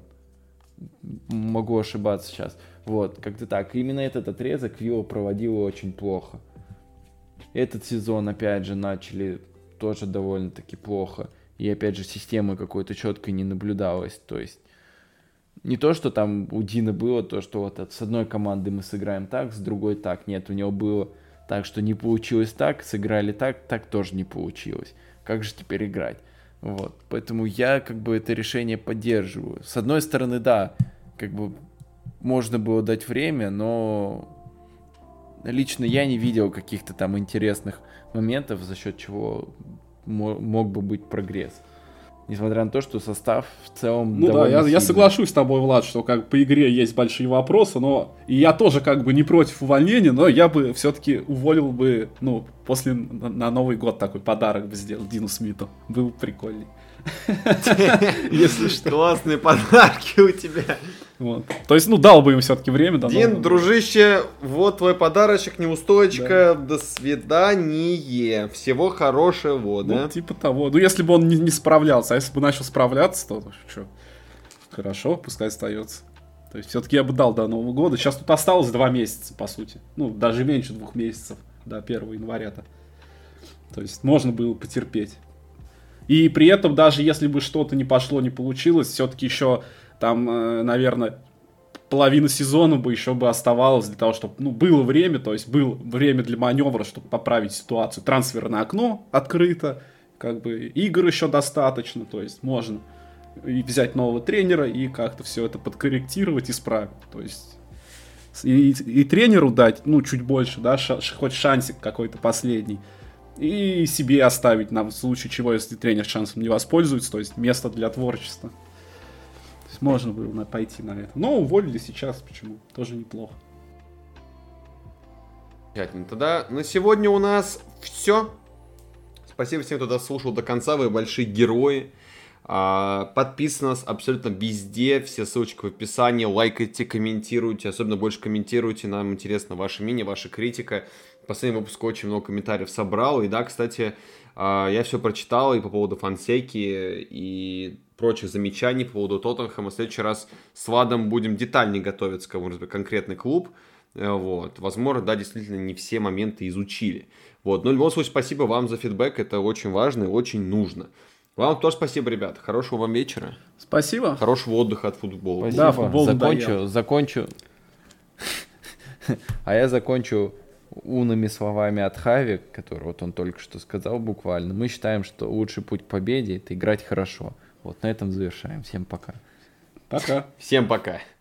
Могу ошибаться сейчас. Вот, как-то так. И именно этот отрезок Вилла проводила очень плохо. Этот сезон, опять же, начали тоже довольно-таки плохо. И опять же, системы какой-то четкой не наблюдалось. То есть не то, что там у Дина было, то, что вот с одной командой мы сыграем так, с другой так. Нет, у него было так, что не получилось так, сыграли так, так тоже не получилось. Как же теперь играть? Вот. Поэтому я как бы это решение поддерживаю. С одной стороны, да, как бы можно было дать время, но лично я не видел каких-то там интересных моментов, за счет чего мог бы быть прогресс. Несмотря на то, что состав в целом ну довольно да, я, я соглашусь с тобой, Влад, что как по игре есть большие вопросы, но и я тоже как бы не против увольнения, но я бы все-таки уволил бы, ну, после на, на Новый год такой подарок бы сделал Дину Смиту. Был прикольный. Если что. Классные подарки у тебя. Вот. То есть, ну, дал бы им все-таки время. До Дин, дружище, вот твой подарочек, неустойчика. Да. До свидания. Всего хорошего, да? Ну, типа того. Ну, если бы он не, не справлялся, а если бы начал справляться, то что? Хорошо, пускай остается. То есть, все-таки я бы дал до Нового года. Сейчас тут осталось два месяца, по сути. Ну, даже меньше двух месяцев до первого января-то. То есть, можно было потерпеть. И при этом, даже если бы что-то не пошло, не получилось, все-таки еще там, э, наверное, половина сезона бы еще бы оставалась для того, чтобы, ну, было время, то есть было время для маневра, чтобы поправить ситуацию. Трансферное окно открыто, как бы игр еще достаточно, то есть можно и взять нового тренера и как-то все это подкорректировать, исправить. То есть и, и тренеру дать, ну, чуть больше, да, ш, хоть шансик какой-то последний. И себе оставить нам в случае чего, если тренер шансом не воспользуется, то есть место для творчества. То есть можно было пойти на это. Но уволили сейчас, почему? Тоже неплохо. Тогда на сегодня у нас все. Спасибо всем, кто дослушал до конца, вы большие герои. Подписывайтесь на нас абсолютно везде, все ссылочки в описании, лайкайте, комментируйте, особенно больше комментируйте, нам интересно ваше мнение, ваша критика. В последнем выпуске очень много комментариев собрал, и да, кстати, я все прочитал и по поводу Фонсеки, и прочих замечаний по поводу Тоттенхэма. В следующий раз с Владом будем детальнее готовиться к конкретный клуб, вот, возможно, да, действительно не все моменты изучили, вот, но в любом случае спасибо вам за фидбэк, это очень важно и очень нужно. Вам тоже спасибо, ребят. Хорошего вам вечера. Спасибо. Хорошего отдыха от футбола. Спасибо. Да, футбол закончу, закончу. А я закончу умными словами от Хави, который вот он только что сказал буквально. Мы считаем, что лучший путь к победе — это играть хорошо. Вот на этом завершаем. Всем пока. Пока. Всем пока.